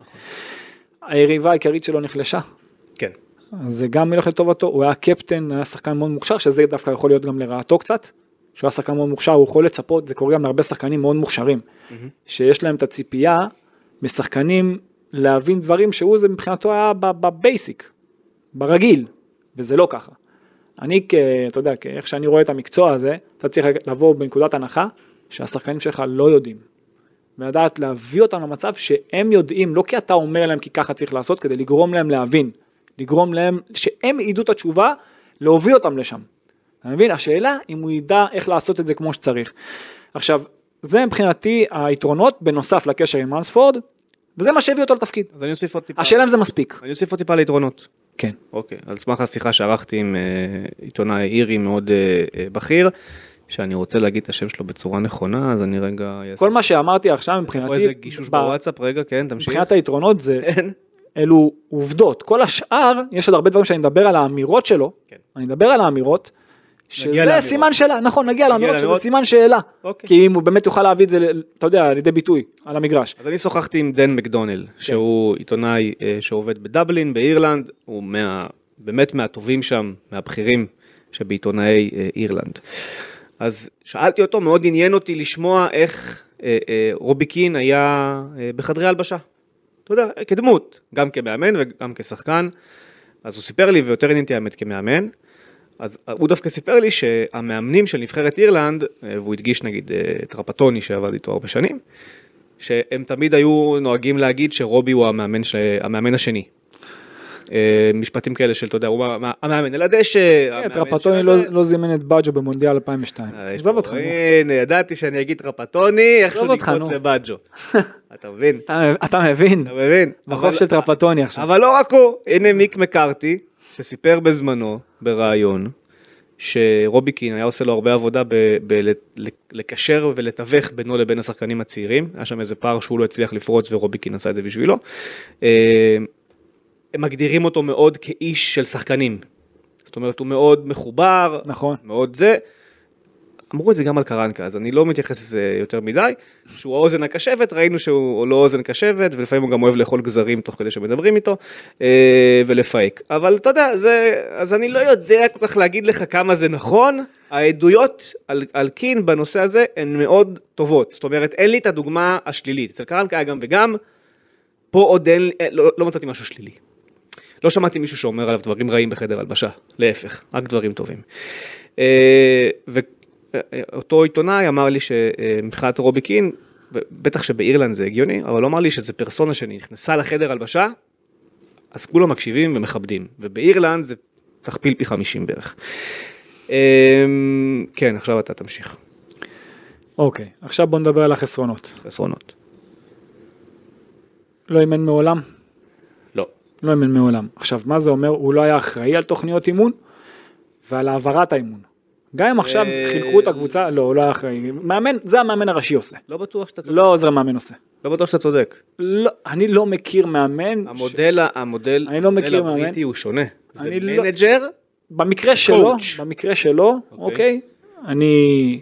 היריבה העיקרית שלו נחלשה. כן. אז זה גם מלך לטובתו, הוא היה קפטן, היה שחקן מאוד מוכשר, שזה דווקא יכול להיות גם לרעתו קצת, שהוא היה שחקן מאוד מוכשר, הוא יכול לצפות, זה קורה גם להרבה שחקנים מאוד מוכשרים, שיש להם את הציפייה משחקנים להבין דברים שהוא זה מבחינתו היה בבייסיק, ברגיל, וזה לא ככה. אני, אתה יודע, איך שאני רואה את המקצוע הזה, אתה צריך לבוא בנקודת הנחה, שהשחקנים שלך לא יודעים, ולדעת להביא אותם למצב שהם יודעים, לא כי אתה אומר להם כי ככה צריך לעשות, כדי לגרום להם להבין, לגרום להם שהם ידעו את התשובה, להוביל אותם לשם. אתה מבין? השאלה אם הוא ידע איך לעשות את זה כמו שצריך. עכשיו, זה מבחינתי היתרונות, בנוסף לקשר עם רנספורד, וזה מה שהביא אותו לתפקיד. אז אני אוסיף עוד טיפה. השאלה אם זה מספיק. אני אוסיף עוד טיפה ליתרונות. כן. אוקיי, על סמך השיחה שערכתי עם עיתונאי אירי מאוד בכיר, שאני רוצה להגיד את השם שלו בצורה נכונה, אז אני רגע... כל מה שאמרתי עכשיו מבחינתי... או איזה גישוש בוואטסאפ, רגע, כן, תמשיך. מבחינת היתרונות זה... אלו עובדות. כל השאר, יש עוד הרבה דברים שאני מדבר על האמירות שלו, אני מדבר על האמירות, שזה סימן שאלה, נכון, נגיע לאמירות שזה סימן שאלה, כי אם הוא באמת יוכל להביא את זה, אתה יודע, לידי ביטוי, על המגרש. אז אני שוחחתי עם דן מקדונל, שהוא עיתונאי שעובד בדבלין, באירלנד, הוא באמת מהטובים שם, מהבכירים שבעיתונאי אירלנד. אז שאלתי אותו, מאוד עניין אותי לשמוע איך רובי קין היה בחדרי הלבשה. אתה יודע, כדמות, גם כמאמן וגם כשחקן. אז הוא סיפר לי, ויותר עניינתי האמת כמאמן, אז הוא דווקא סיפר לי שהמאמנים של נבחרת אירלנד, והוא הדגיש נגיד את רפטוני שעבד איתו הרבה שנים, שהם תמיד היו נוהגים להגיד שרובי הוא המאמן השני. משפטים כאלה של, אתה יודע, הוא המאמן על הדשא. את רפטוני לא זימן את בג'ו במונדיאל 2002. עזוב אותך. הנה, ידעתי שאני אגיד רפטוני, איכשהו נקפוץ לבג'ו. אתה מבין? אתה מבין. אתה מבין. בחוף של רפטוני עכשיו. אבל לא רק הוא, הנה מיק מקארתי, שסיפר בזמנו, ברעיון, שרובי קין היה עושה לו הרבה עבודה לקשר ולתווך בינו לבין השחקנים הצעירים. היה שם איזה פער שהוא לא הצליח לפרוץ ורובי קין עשה את זה בשבילו. הם מגדירים אותו מאוד כאיש של שחקנים. זאת אומרת, הוא מאוד מחובר, נכון. מאוד זה. אמרו את זה גם על קרנקה, אז אני לא מתייחס לזה יותר מדי. שהוא האוזן הקשבת, ראינו שהוא לא אוזן קשבת, ולפעמים הוא גם אוהב לאכול גזרים תוך כדי שמדברים איתו, ולפייק. אבל אתה יודע, אז אני לא יודע כל כך להגיד לך כמה זה נכון. העדויות על קין בנושא הזה הן מאוד טובות. זאת אומרת, אין לי את הדוגמה השלילית. אצל קרנקה היה גם וגם, פה עוד אין, לא מצאתי משהו שלילי. לא שמעתי מישהו שאומר עליו דברים רעים בחדר הלבשה, להפך, רק דברים טובים. ואותו עיתונאי אמר לי שמבחינת רובי קין, בטח שבאירלנד זה הגיוני, אבל הוא אמר לי שזה פרסונה שנכנסה לחדר הלבשה, אז כולם מקשיבים ומכבדים, ובאירלנד זה תכפיל פי 50 בערך. כן, עכשיו אתה תמשיך. אוקיי, עכשיו בוא נדבר על החסרונות. חסרונות. לא אימן מעולם? לא. לא אימן מעולם. עכשיו, מה זה אומר? הוא לא היה אחראי על תוכניות אימון, ועל העברת האימון. גם אם עכשיו חילקו את הקבוצה, לא, הוא לא היה אחראי. מאמן, זה המאמן הראשי עושה. לא בטוח שאתה צודק. לא עוזר מאמן עושה. לא בטוח שאתה צודק. לא, אני לא מכיר מאמן. המודל אני לא מכיר מאמן. הבריטי הוא שונה. זה אני לא- מנג'ר, במקרה שלו, אוקיי, אני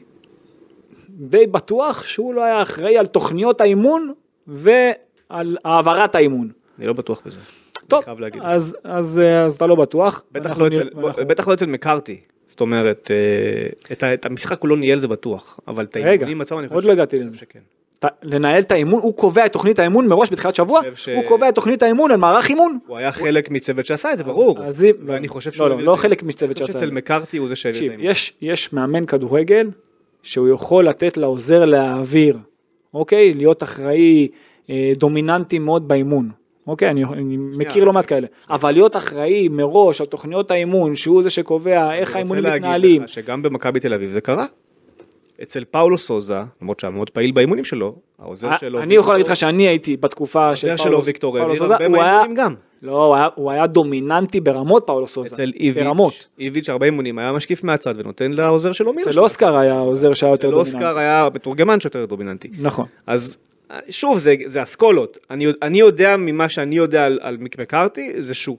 די בטוח שהוא לא היה אחראי על תוכניות האימון ועל העברת האימון. אני לא בטוח בזה. טוב, חייב להגיד. אז אתה לא בטוח. בטח לא אצל מקארתי. זאת אומרת, את המשחק הוא לא ניהל, זה בטוח. אבל את האימונים עצמם אני חושב עוד לא הגעתי לזה. שכן. לנהל את האימון, הוא קובע את תוכנית האימון מראש בתחילת שבוע, הוא קובע את תוכנית האימון על מערך אימון. הוא היה חלק מצוות שעשה את זה, ברור. ואני חושב שהוא... לא חלק מצוות שעשה. אצל מקארתי הוא זה שהביא את האימון. יש מאמן כדורגל, שהוא יכול לתת לעוזר להעביר, אוקיי? להיות אחראי דומיננטי מאוד באימון. אוקיי, אני מכיר לא מעט כאלה. אבל להיות אחראי מראש על תוכניות האימון, שהוא זה שקובע איך האימונים מתנהלים. אני רוצה להגיד לך שגם במכבי תל אביב זה קרה. אצל פאולו סוזה, למרות שהיה מאוד פעיל באימונים שלו, העוזר שלו... אני יכול להגיד לך שאני הייתי בתקופה של העוזר שלו ויקטור העביר הרבה מהאימונים גם. לא, הוא היה דומיננטי ברמות פאולו סוזה. אצל איביץ' הרבה אימונים היה משקיף מהצד ונותן לעוזר שלו מילה. אצל אוסקר היה עוזר שהיה יותר דומיננטי. אצל אוסקר היה מתורגמן שיותר דומיננטי. נכון. אז שוב, זה אסכולות. אני יודע ממה שאני יודע על מיק מקארתי, זה שהוא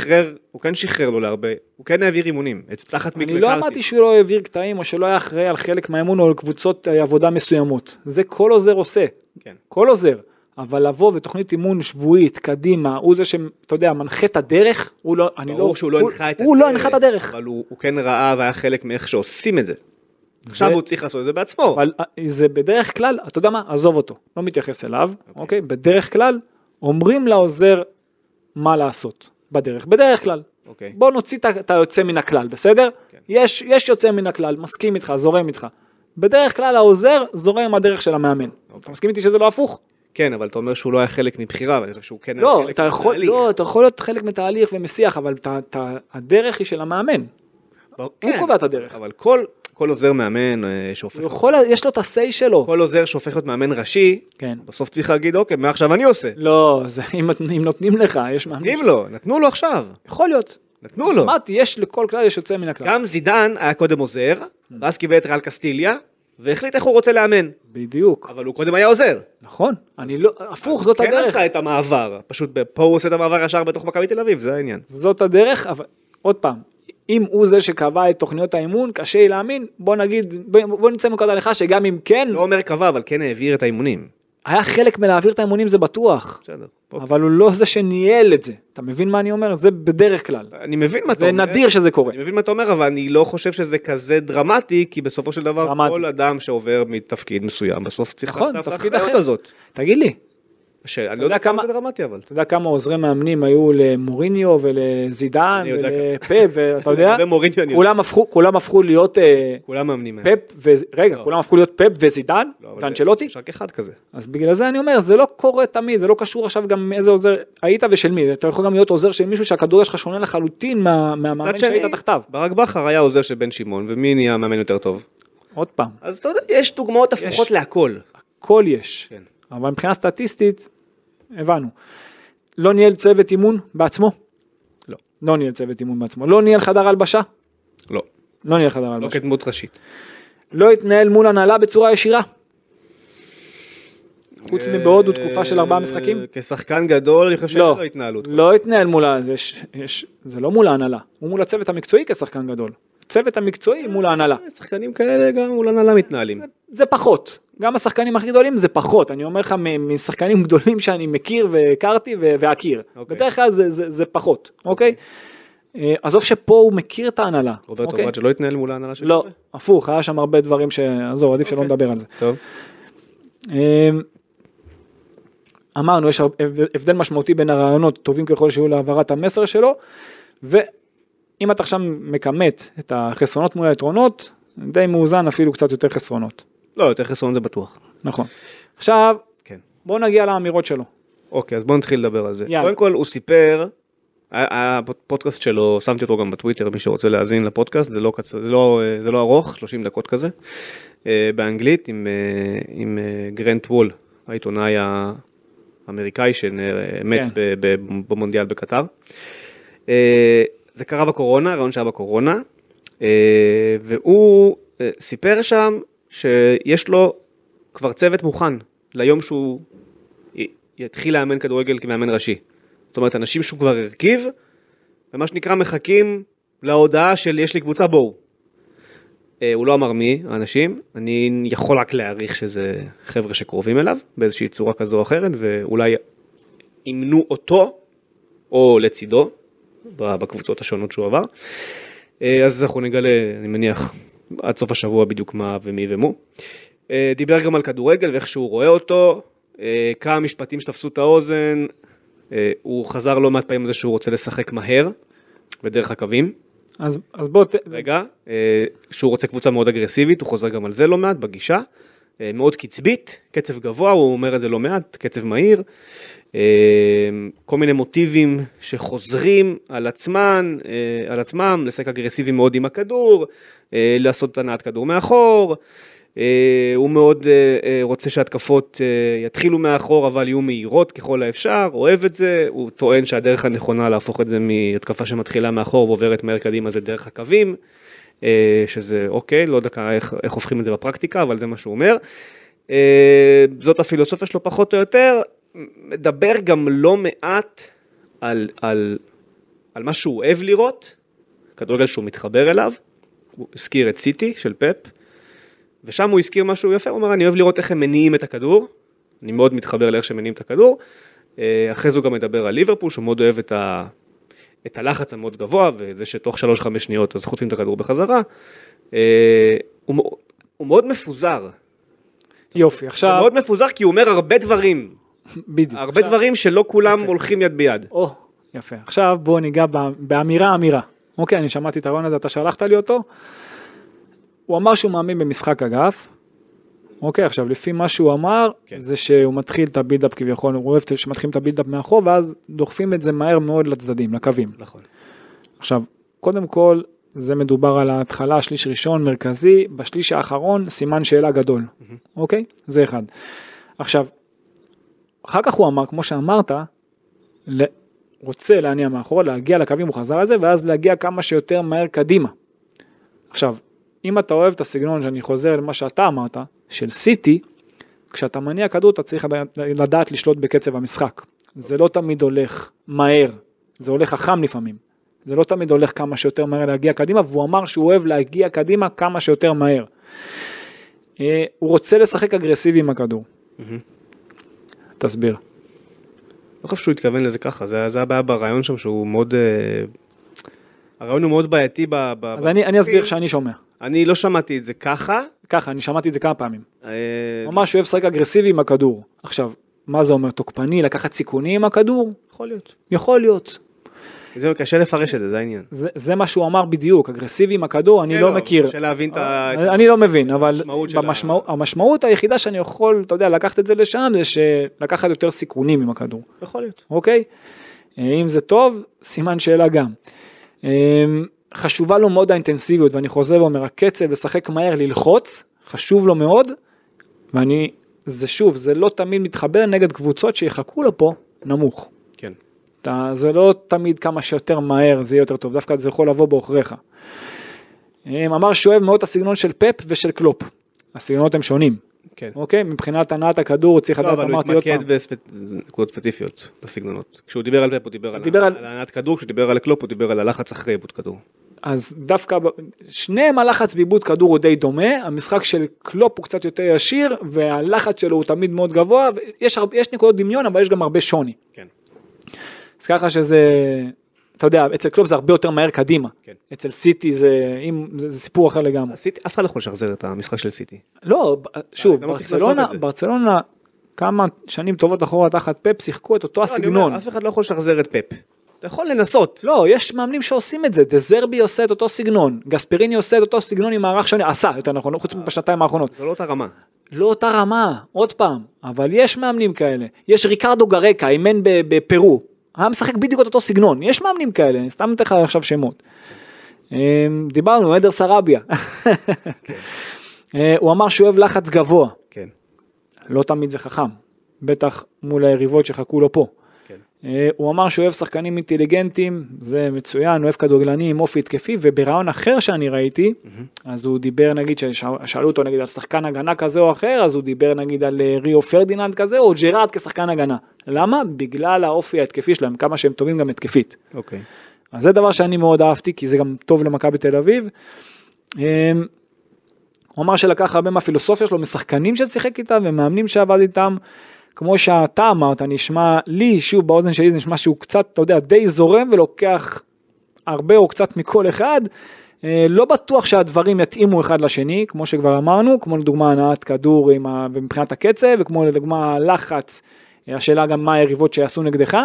כן שחרר לו להרבה, הוא כן העביר אימונים, תחת מיק מקארתי. אני לא אמרתי שהוא לא העביר קטעים, או שלא היה אחראי על חלק מהאימון, או על קבוצות עבודה מסוימות. זה כל עוזר עושה. כן. כל עוזר. אבל לבוא ותוכנית אימון שבועית, קדימה, הוא זה שאתה יודע, מנחה את הדרך, ברור שהוא לא הנחה את הדרך. הוא לא הנחה את הדרך. אבל הוא כן ראה והיה חלק מאיך שעושים את זה. עכשיו הוא צריך לעשות את זה בעצמו. אבל זה בדרך כלל, אתה יודע מה, עזוב אותו, לא מתייחס אליו, אוקיי? בדרך כלל, אומרים לעוזר מה לעשות, בדרך כלל. בוא נוציא את היוצא מן הכלל, בסדר? יש יוצא מן הכלל, מסכים איתך, זורם איתך. בדרך כלל העוזר זורם עם הדרך של המאמן. אתה מסכים איתי שזה לא הפוך? כן, אבל אתה אומר שהוא לא היה חלק מבחירה, ואני חושב שהוא כן היה חלק מתהליך. לא, אתה יכול להיות חלק מתהליך ומשיח, אבל הדרך היא של המאמן. הוא קובע את הדרך. אבל כל עוזר מאמן שהופך... יש לו את הסי שלו. כל עוזר שהופך להיות מאמן ראשי, בסוף צריך להגיד, אוקיי, מה עכשיו אני עושה? לא, אם נותנים לך, יש מאמן... נתנו לו עכשיו. יכול להיות. נתנו לו. אמרתי, יש לכל כלל, יש יוצא מן הכלל. גם זידן היה קודם עוזר, ואז קיבל את ריאל קסטיליה, והחליט איך הוא רוצה לאמן. בדיוק. אבל הוא קודם היה עוזר. נכון. אני לא... הפוך, זאת הדרך. כן עשה את המעבר. פשוט פה הוא עושה את המעבר ישר בתוך מכבי תל אביב, זה העניין. זאת הדרך, אבל עוד פעם, אם הוא זה שקבע את תוכניות האימון, קשה לי להאמין, בוא נצא מנקודת הנחה שגם אם כן... לא אומר קבע, אבל כן העביר את האימונים. היה חלק מלהעביר את האימונים, זה בטוח. בסדר. אבל הוא לא זה שניהל את זה. אתה מבין מה אני אומר? זה בדרך כלל. אני מבין מה אתה אומר. זה נדיר שזה קורה. אני מבין מה אתה אומר, אבל אני לא חושב שזה כזה דרמטי, כי בסופו של דבר כל אדם שעובר מתפקיד מסוים, בסוף צריך לעשות את האחריות הזאת. תגיד לי. אני לא יודע כמה זה דרמטי, אבל. אתה יודע כמה עוזרי מאמנים היו למוריניו ולזידן ולפפ, ואתה יודע? כולם הפכו להיות כולם מאמנים. כולם הפכו להיות פפ וזידן ואנצ'לוטי. יש רק אחד כזה. אז בגלל זה אני אומר, זה לא קורה תמיד, זה לא קשור עכשיו גם איזה עוזר היית ושל מי. אתה יכול גם להיות עוזר של מישהו שהכדורגל שלך שונה לחלוטין מהמאמן שהיית תחתיו. ברק בכר היה עוזר של בן שמעון, ומי נהיה מאמן יותר טוב? עוד פעם. אז אתה יודע, יש דוגמאות הפוכות להכל. הכל יש. אבל מבחינה סטטיסטית, הבנו. לא ניהל צוות אימון בעצמו? לא. לא ניהל צוות אימון בעצמו. לא ניהל חדר הלבשה? לא. לא ניהל חדר הלבשה. לא כדמות ראשית. לא התנהל מול הנהלה בצורה ישירה? חוץ מבעוד ותקופה של 4 משחקים? כשחקן גדול, אני חושב שלא התנהלות. לא התנהל מול, זה לא מול ההנהלה. הוא מול הצוות המקצועי כשחקן גדול. צוות המקצועי מול ההנהלה. שחקנים כאלה גם מול הנהלה מתנהלים. זה פחות. גם השחקנים הכי גדולים זה פחות. אני אומר לך משחקנים גדולים שאני מכיר והכרתי והכיר. בדרך כלל זה פחות. אוקיי? עזוב שפה הוא מכיר את ההנהלה. רוברטו ברג'ה לא התנהל מול ההנהלה שלו? לא, הפוך. היה שם הרבה דברים שעזוב, עדיף שלא נדבר על זה. טוב. אמרנו, יש הבדל משמעותי בין הרעיונות טובים ככל שיהיו להעברת המסר שלו, ואם אתה עכשיו מקמת את החסרונות מול היתרונות, די מאוזן אפילו קצת יותר חסרונות. לא, יותר חסרונות זה בטוח. נכון. עכשיו, בואו נגיע לאמירות שלו. אוקיי, אז בואו נתחיל לדבר על זה. קודם כל, הוא סיפר הפודקאסט שלו, שמתי אותו גם בטוויטר, מי שרוצה להאזין לפודקאסט, זה לא ארוך, 30 דקות כזה, באנגלית, עם גרנט וול, העיתונאי האמריקאי שמת במונדיאל בקטר. זה קרה בקורונה, הרעיון שהיה בקורונה, והוא סיפר שם שיש לו כבר צוות מוכן ליום שהוא יתחיל לאמן כדורגל כמאמן ראשי. זאת אומרת, אנשים שהוא כבר הרכיב, ומה שנקרא מחכים להודעה של יש לי קבוצה בואו. הוא לא אמר מי, האנשים, אני יכול רק להעריך שזה חבר'ה שקרובים אליו, באיזושהי צורה כזו או אחרת, ואולי ימנו אותו, או לצידו, בקבוצות השונות שהוא עבר. אז אנחנו נגלה, אני מניח, עד סוף השבוע בדיוק מה ומי ומו. דיבר גם על כדורגל ואיך שהוא רואה אותו, כמה משפטים שתפסו את האוזן, הוא חזר לא מעט פעמים לזה שהוא רוצה לשחק מהר, ודרך הקווים. אז בוא... רגע, שהוא רוצה קבוצה מאוד אגרסיבית, הוא חוזר גם על זה לא מעט, בגישה, מאוד קצבית, קצב גבוה, הוא אומר את זה לא מעט, קצב מהיר, כל מיני מוטיבים שחוזרים על עצמם, לשחק אגרסיבי מאוד עם הכדור, לעשות את הנעת כדור מאחור, הוא מאוד רוצה שההתקפות יתחילו מאחור, אבל יהיו מהירות ככל האפשר, אוהב את זה, הוא טוען שהדרך הנכונה להפוך את זה מהתקפה שמתחילה מאחור ועוברת מהר קדימה זה דרך הקווים, שזה אוקיי, לא יודע איך הופכים את זה בפרקטיקה, אבל זה מה שהוא אומר. זאת הפילוסופיה שלו פחות או יותר, מדבר גם לא מעט על מה שהוא אוהב לראות, כדורגל שהוא מתחבר אליו, הוא הזכיר את סיטי של פפ, ושם הוא הזכיר משהו יפה, הוא אומר, אני אוהב לראות איך הם מניעים את הכדור, אני מאוד מתחבר לאיך שהם מניעים את הכדור, אחרי זה הוא גם מדבר על ליברפול, שהוא מאוד אוהב את הלחץ המאוד גבוה, וזה שתוך 3-5 שניות, אז חוטפים את הכדור בחזרה, הוא מאוד מפוזר. יופי, עכשיו... זה מאוד מפוזר, כי הוא אומר הרבה דברים. בדיוק. הרבה דברים שלא כולם הולכים יד ביד. יפה. עכשיו בואו ניגע באמירה. אוקיי, אני שמעתי את הרעיון הזה, אתה שלחת לי אותו. הוא אמר שהוא מאמין במשחק אגף. אוקיי, עכשיו לפי מה שהוא אמר, זה שהוא מתחיל את הבילדאפ כביכול, הוא אוהב שמתחילים את הבילדאפ מאחור, ואז דוחפים את זה מהר מאוד לצדדים, לקווים. נכון. עכשיו, קודם כל, זה מדובר על ההתחלה, שליש ראשון, מרכזי, בשליש האחרון, סימן שאלה גדול. אוקיי? זה אחד. עכשיו, אחר כך הוא אמר, כמו שאמרת, רוצה להניע מאחור, להגיע לקווים, הוא חזר לזה, ואז להגיע כמה שיותר מהר קדימה. עכשיו, אם אתה אוהב את הסגנון שאני חוזר למה שאתה אמרת, של סיטי, כשאתה מניע כדור, אתה צריך לדעת לשלוט בקצב המשחק. זה לא תמיד הולך מהר, זה הולך חכם לפעמים. זה לא תמיד הולך כמה שיותר מהר להגיע קדימה, והוא אמר שהוא אוהב להגיע קדימה כמה שיותר מהר. הוא רוצה לשחק אגרסיבי עם הכדור. תסביר. לא חושב שהוא התכוון לזה ככה, זה הבעיה ברעיון שם שהוא מאוד, הרעיון הוא מאוד בעייתי אז אני אסביר שאני שומע. אני לא שמעתי את זה ככה. ככה, אני שמעתי את זה כמה פעמים. ממש אוהב לשחק אגרסיבי עם הכדור. עכשיו, מה זה אומר? תוקפני, לקחת סיכונים עם הכדור? יכול להיות. יכול להיות. זה קשה לפרש את זה, זה העניין. זה מה שהוא אמר בדיוק, אגרסיבי עם הכדור, אני לא מכיר. קשה להבין את אני לא מבין, אבל המשמעות היחידה שאני יכול, אתה יודע, לקחת את זה לשם, זה שלקחת יותר סיכונים עם הכדור. יכול להיות. אוקיי? אם זה טוב, סימן שאלה גם. חשובה לו מאוד האינטנסיביות, ואני חוזר ואומר, הקצב לשחק מהר, ללחוץ, חשוב לו מאוד, זה לא תמיד מתחבר נגד קבוצות שיחכו לו פה נמוך. כן. זה לא תמיד כמה שיותר מהר, זה יהיה יותר טוב, דווקא זה יכול לבוא באוכריך. אמר שאוהב מאוד הסגנון של פפ ושל קלופ, הסגנונות הם שונים. כן. אוקיי? מבחינת הנעת הכדור, הוא צריך לדעת, אמרתי עוד פעם. אבל הוא התמקד בנקודות ספציפיות, בסגנונות. כשהוא דיבר על פפ, הוא דיבר על הנעת כדור, כשהוא דיבר על קלופ, הוא דיבר על הלחץ אחרי עיבוד כדור. אז דווקא, שניהם הלחץ בעיבוד כדור הוא די דומה, המשחק של קלופ הוא קצת יותר ישיר, והלחץ שלו הוא תמיד מאוד גבוה, יש נקודות דמיון, אבל יש גם הרבה שוני. כן. אז ככה שזה, אתה יודע, אצל קלופ זה הרבה יותר מהר קדימה. כן. אצל סיטי זה סיפור אחר לגמרי. אף אחד לא יכול לשחזר את המשחק של סיטי. לא, שוב, ברצלונה, כמה שנים טובות אחורה תחת פפ, שיחקו את אותו הסגנון. אף אחד לא יכול לשחזר את פפ. אתה יכול לנסות. לא, יש מאמנים שעושים את זה, דזרבי עושה את אותו סגנון, גספריני עושה את אותו סגנון עם מערך שני, עשה, יותר נכון, חוץ בשנתיים האחרונות. זה לא אותה רמה. לא אותה רמה, עוד פעם, אבל יש מאמנים כאלה. יש ריקרדו גרקה, אימן בפרו, היה משחק בדיוק אותו סגנון, יש מאמנים כאלה, אני סתם נתן לך עכשיו שמות. דיברנו, עדר סרביה. הוא אמר שהוא אוהב לחץ גבוה. כן. לא תמיד זה חכם, בטח מול היריבות שחכו לו פה. כן. הוא אמר שהוא אוהב שחקנים אינטליגנטים, זה מצוין, אוהב כדורגלני עם אופי התקפי, וברעיון אחר שאני ראיתי, אז הוא דיבר נגיד, שאלו אותו נגיד על שחקן הגנה כזה או אחר, אז הוא דיבר נגיד על ריו פרדיננד כזה, או ג'רארד כשחקן הגנה. למה? בגלל האופי ההתקפי שלהם, כמה שהם טובים גם התקפית. אוקיי. אז זה דבר שאני מאוד אהבתי, כי זה גם טוב למכבי תל אביב. הוא אמר שלקח הרבה מהפילוסופיה שלו, משחקנים ששיחק איתם, ומאמנים שעבד איתם, כמו שאתה אמרת, נשמע לי, שוב באוזן שלי, זה נשמע שהוא קצת, אתה יודע, די זורם, ולוקח הרבה או קצת מכל אחד, לא בטוח שהדברים יתאימו אחד לשני, כמו שכבר אמרנו, כמו לדוגמה הנעת כדור מבחינת הקצב, וכמו לדוגמה הלחץ, השאלה גם מה היריבות שיעשו נגדך.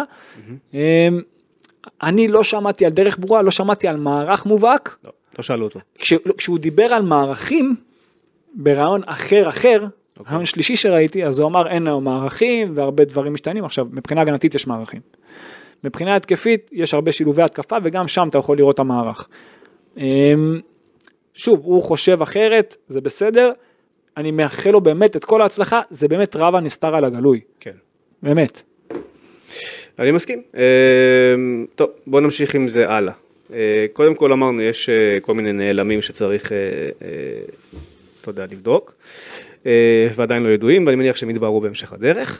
אני לא שמעתי על דרך ברורה, לא שמעתי על מערך מובהק. לא שאלו אותו. כשהוא דיבר על מערכים, ברעיון אחר, רעיון שלישי שראיתי, אז הוא אמר אין לנו מערכים, והרבה דברים משתנים. עכשיו, מבחינה הגנתית יש מערכים. מבחינה התקפית יש הרבה שילובי התקפה, וגם שם אתה יכול לראות את המערך. שוב, הוא חושב אחרת, זה בסדר. אני מאחל לו באמת את כל ההצלחה, זה באמת רב הנסתר על הגלוי. כן. באמת. אני מסכים. טוב, בוא נמשיך עם זה הלאה. קודם כל אמרנו, יש כל מיני נעלמים שצריך, אתה יודע, לבדוק, ועדיין לא ידועים, ואני מניח שהם יתבהרו בהמשך הדרך.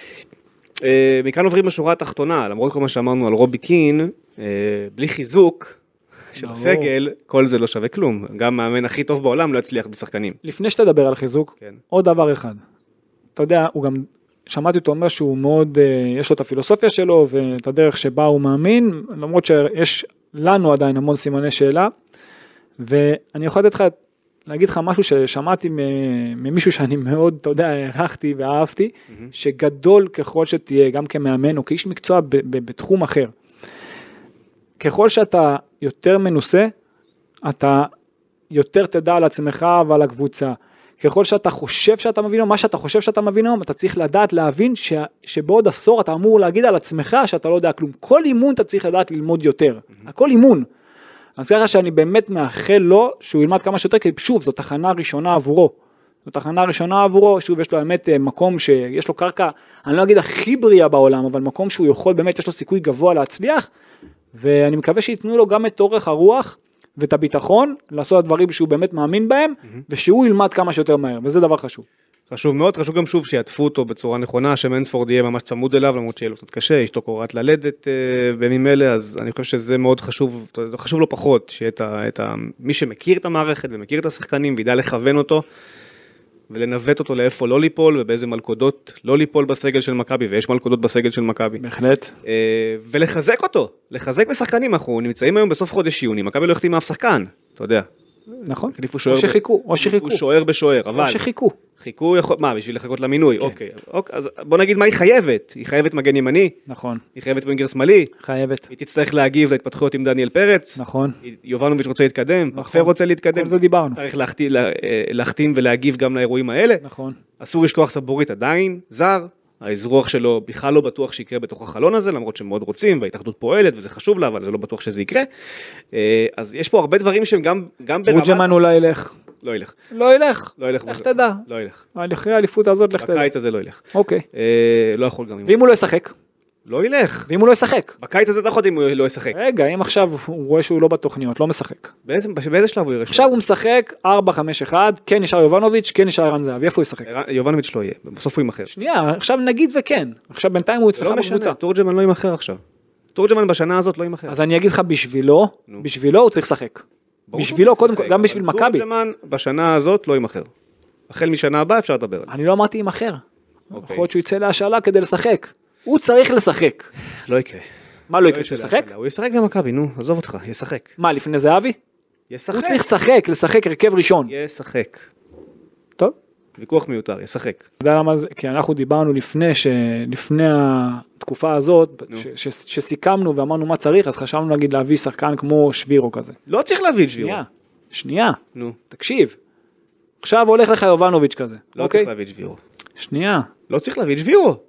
מכאן עוברים בשורה התחתונה, למרות כל מה שאמרנו על רובי קין, בלי חיזוק של הסגל, כל זה לא שווה כלום. גם המאמן הכי טוב בעולם לא יצליח בשחקנים. לפני שתדבר על חיזוק, כן. עוד דבר אחד. אתה יודע, הוא גם, שמעתי אותו אומר שהוא מאוד, יש לו את הפילוסופיה שלו, ואת הדרך שבה הוא מאמין, למרות שיש לנו עדיין המון סימני שאלה, ואני יכול להגיד לך משהו ששמעתי ממישהו שאני מאוד, אתה יודע, הערכתי ואהבתי, שגדול ככל שתהיה, גם כמאמן או כאיש מקצוע בתחום אחר, ככל שאתה יותר מנוסה, אתה יותר תדע על עצמך ועל הקבוצה. ככל שאתה חושב שאתה מבין, מה שאתה חושב שאתה מבין, אתה צריך לדעת להבין שבעוד עשור אתה אמור להגיד על עצמך שאתה לא יודע כלום. כל אימון אתה צריך לדעת ללמוד יותר. הכל אימון. אז ככה שאני באמת מאחל לו שהוא ילמד כמה שיותר, כי שוב, זו תחנה ראשונה עבורו. זו תחנה ראשונה עבורו, שוב, יש לו באמת מקום שיש לו קרקע, אני לא אגיד הכי בריאה בעולם, אבל מקום שהוא יכול, באמת יש לו סיכוי גבוה להצליח, ואני מקווה שיתנו לו גם את אורך הרוח, ואת הביטחון, לעשות הדברים שהוא באמת מאמין בהם, ושהוא ילמד כמה שיותר מהר, וזה דבר חשוב. חשוב מאוד, חשוב גם שוב שיעטפו אותו בצורה נכונה, שמנספורד יהיה ממש צמוד אליו, למרות שיהיה לו קצת קשה, אשתו קוראת ללדת בימים אלה, אז אני חושב שזה מאוד חשוב, חשוב לו פחות, שיהיה מי שמכיר את המערכת ומכיר את השחקנים, וידע לכוון אותו, ולנווט אותו לאיפה לא ליפול, ובאיזה מלכודות לא ליפול בסגל של מכבי, ויש מלכודות בסגל של מכבי. בהחלט. ולחזק אותו, לחזק בשחקנים, אנחנו נמצאים היום בסוף חודש יוני, מכבי לא החתימה אף שחקן, אתה יודע. נכון. או שחיכו. שוער בשוער, אבל... או שחיכו. חיכו, מה, בשביל לחכות למינוי, אוקיי. אז בוא נגיד מה היא חייבת. היא חייבת מגן ימני. נכון. היא חייבת ווינגר שמאלי. חייבת. היא תצטרך להגיב להתפתחויות עם דניאל פרץ. נכון. יובנוביץ' רוצה להתקדם, פרפה רוצה להתקדם. כל זה דיברנו. צריך להחתים ולהגיב גם לאירועים האלה. נכון. אסור לשכוח סבורית עדיין, זר. האזרוח שלו בכלל לא בטוח שיקרה בתוך החלון הזה, למרות שהם מאוד רוצים, וההתאחדות פועלת, וזה חשוב לה, אבל זה לא בטוח שזה יקרה. אז יש פה הרבה דברים שהם גם ברמת... תורג'מן אולי ילך. לא ילך. לא ילך. לא ילך. איך תדע? לא ילך. אחרי האליפות הזאת לך תדע. בקיץ הזה לא ילך. אוקיי. לא יכול גם... ואם הוא לא ישחק? לא ילך. ואם הוא לא ישחק? בקיץ הזה אתה יכול אם הוא לא ישחק. רגע, אם עכשיו הוא רואה שהוא לא בתוכניות, לא משחק. באיזה שלב הוא יראה? עכשיו הוא משחק 4-5-1, כן נשאר יובנוביץ', כן נשאר ערן זהבי, איפה הוא ישחק? יובנוביץ' לא יהיה, בסוף הוא ימחר. שנייה, עכשיו נגיד וכן. עכשיו בינתיים הוא אצלך בקבוצה. תורג'מן לא ימחר עכשיו. תורג'מן בשנה הזאת לא ימחר. אז אני אגיד לך בשבילו הוא צריך לשחק. בשבילו קודם כל, גם בשביל מכבי. תורג'מן בשנה הזאת לא ימחר. החל משנה הבאה אפשר לדבר עליו. אני לא אמרתי ימחר. יכול להיות שהוא יצא להשאלה כדי לשחק. הוא צריך לשחק. לא יקרה. מה לא יקרה שהוא ישחק? הוא ישחק במכבי, נו, עזוב אותך, ישחק. מה, לפני זהבי? ישחק. הוא צריך לשחק הרכב ראשון. ישחק. טוב. ויכוח מיותר, ישחק. אתה יודע למה זה? כי אנחנו דיברנו לפני התקופה הזאת, שסיכמנו ואמרנו מה צריך, אז חשבנו להגיד להביא שחקן כמו שבירו כזה. לא צריך להביא שבירו. שנייה. נו. תקשיב. עכשיו הולך לך יובנוביץ' כזה. לא צריך להביא שבירו. שנייה. לא צריך להביא שבירו.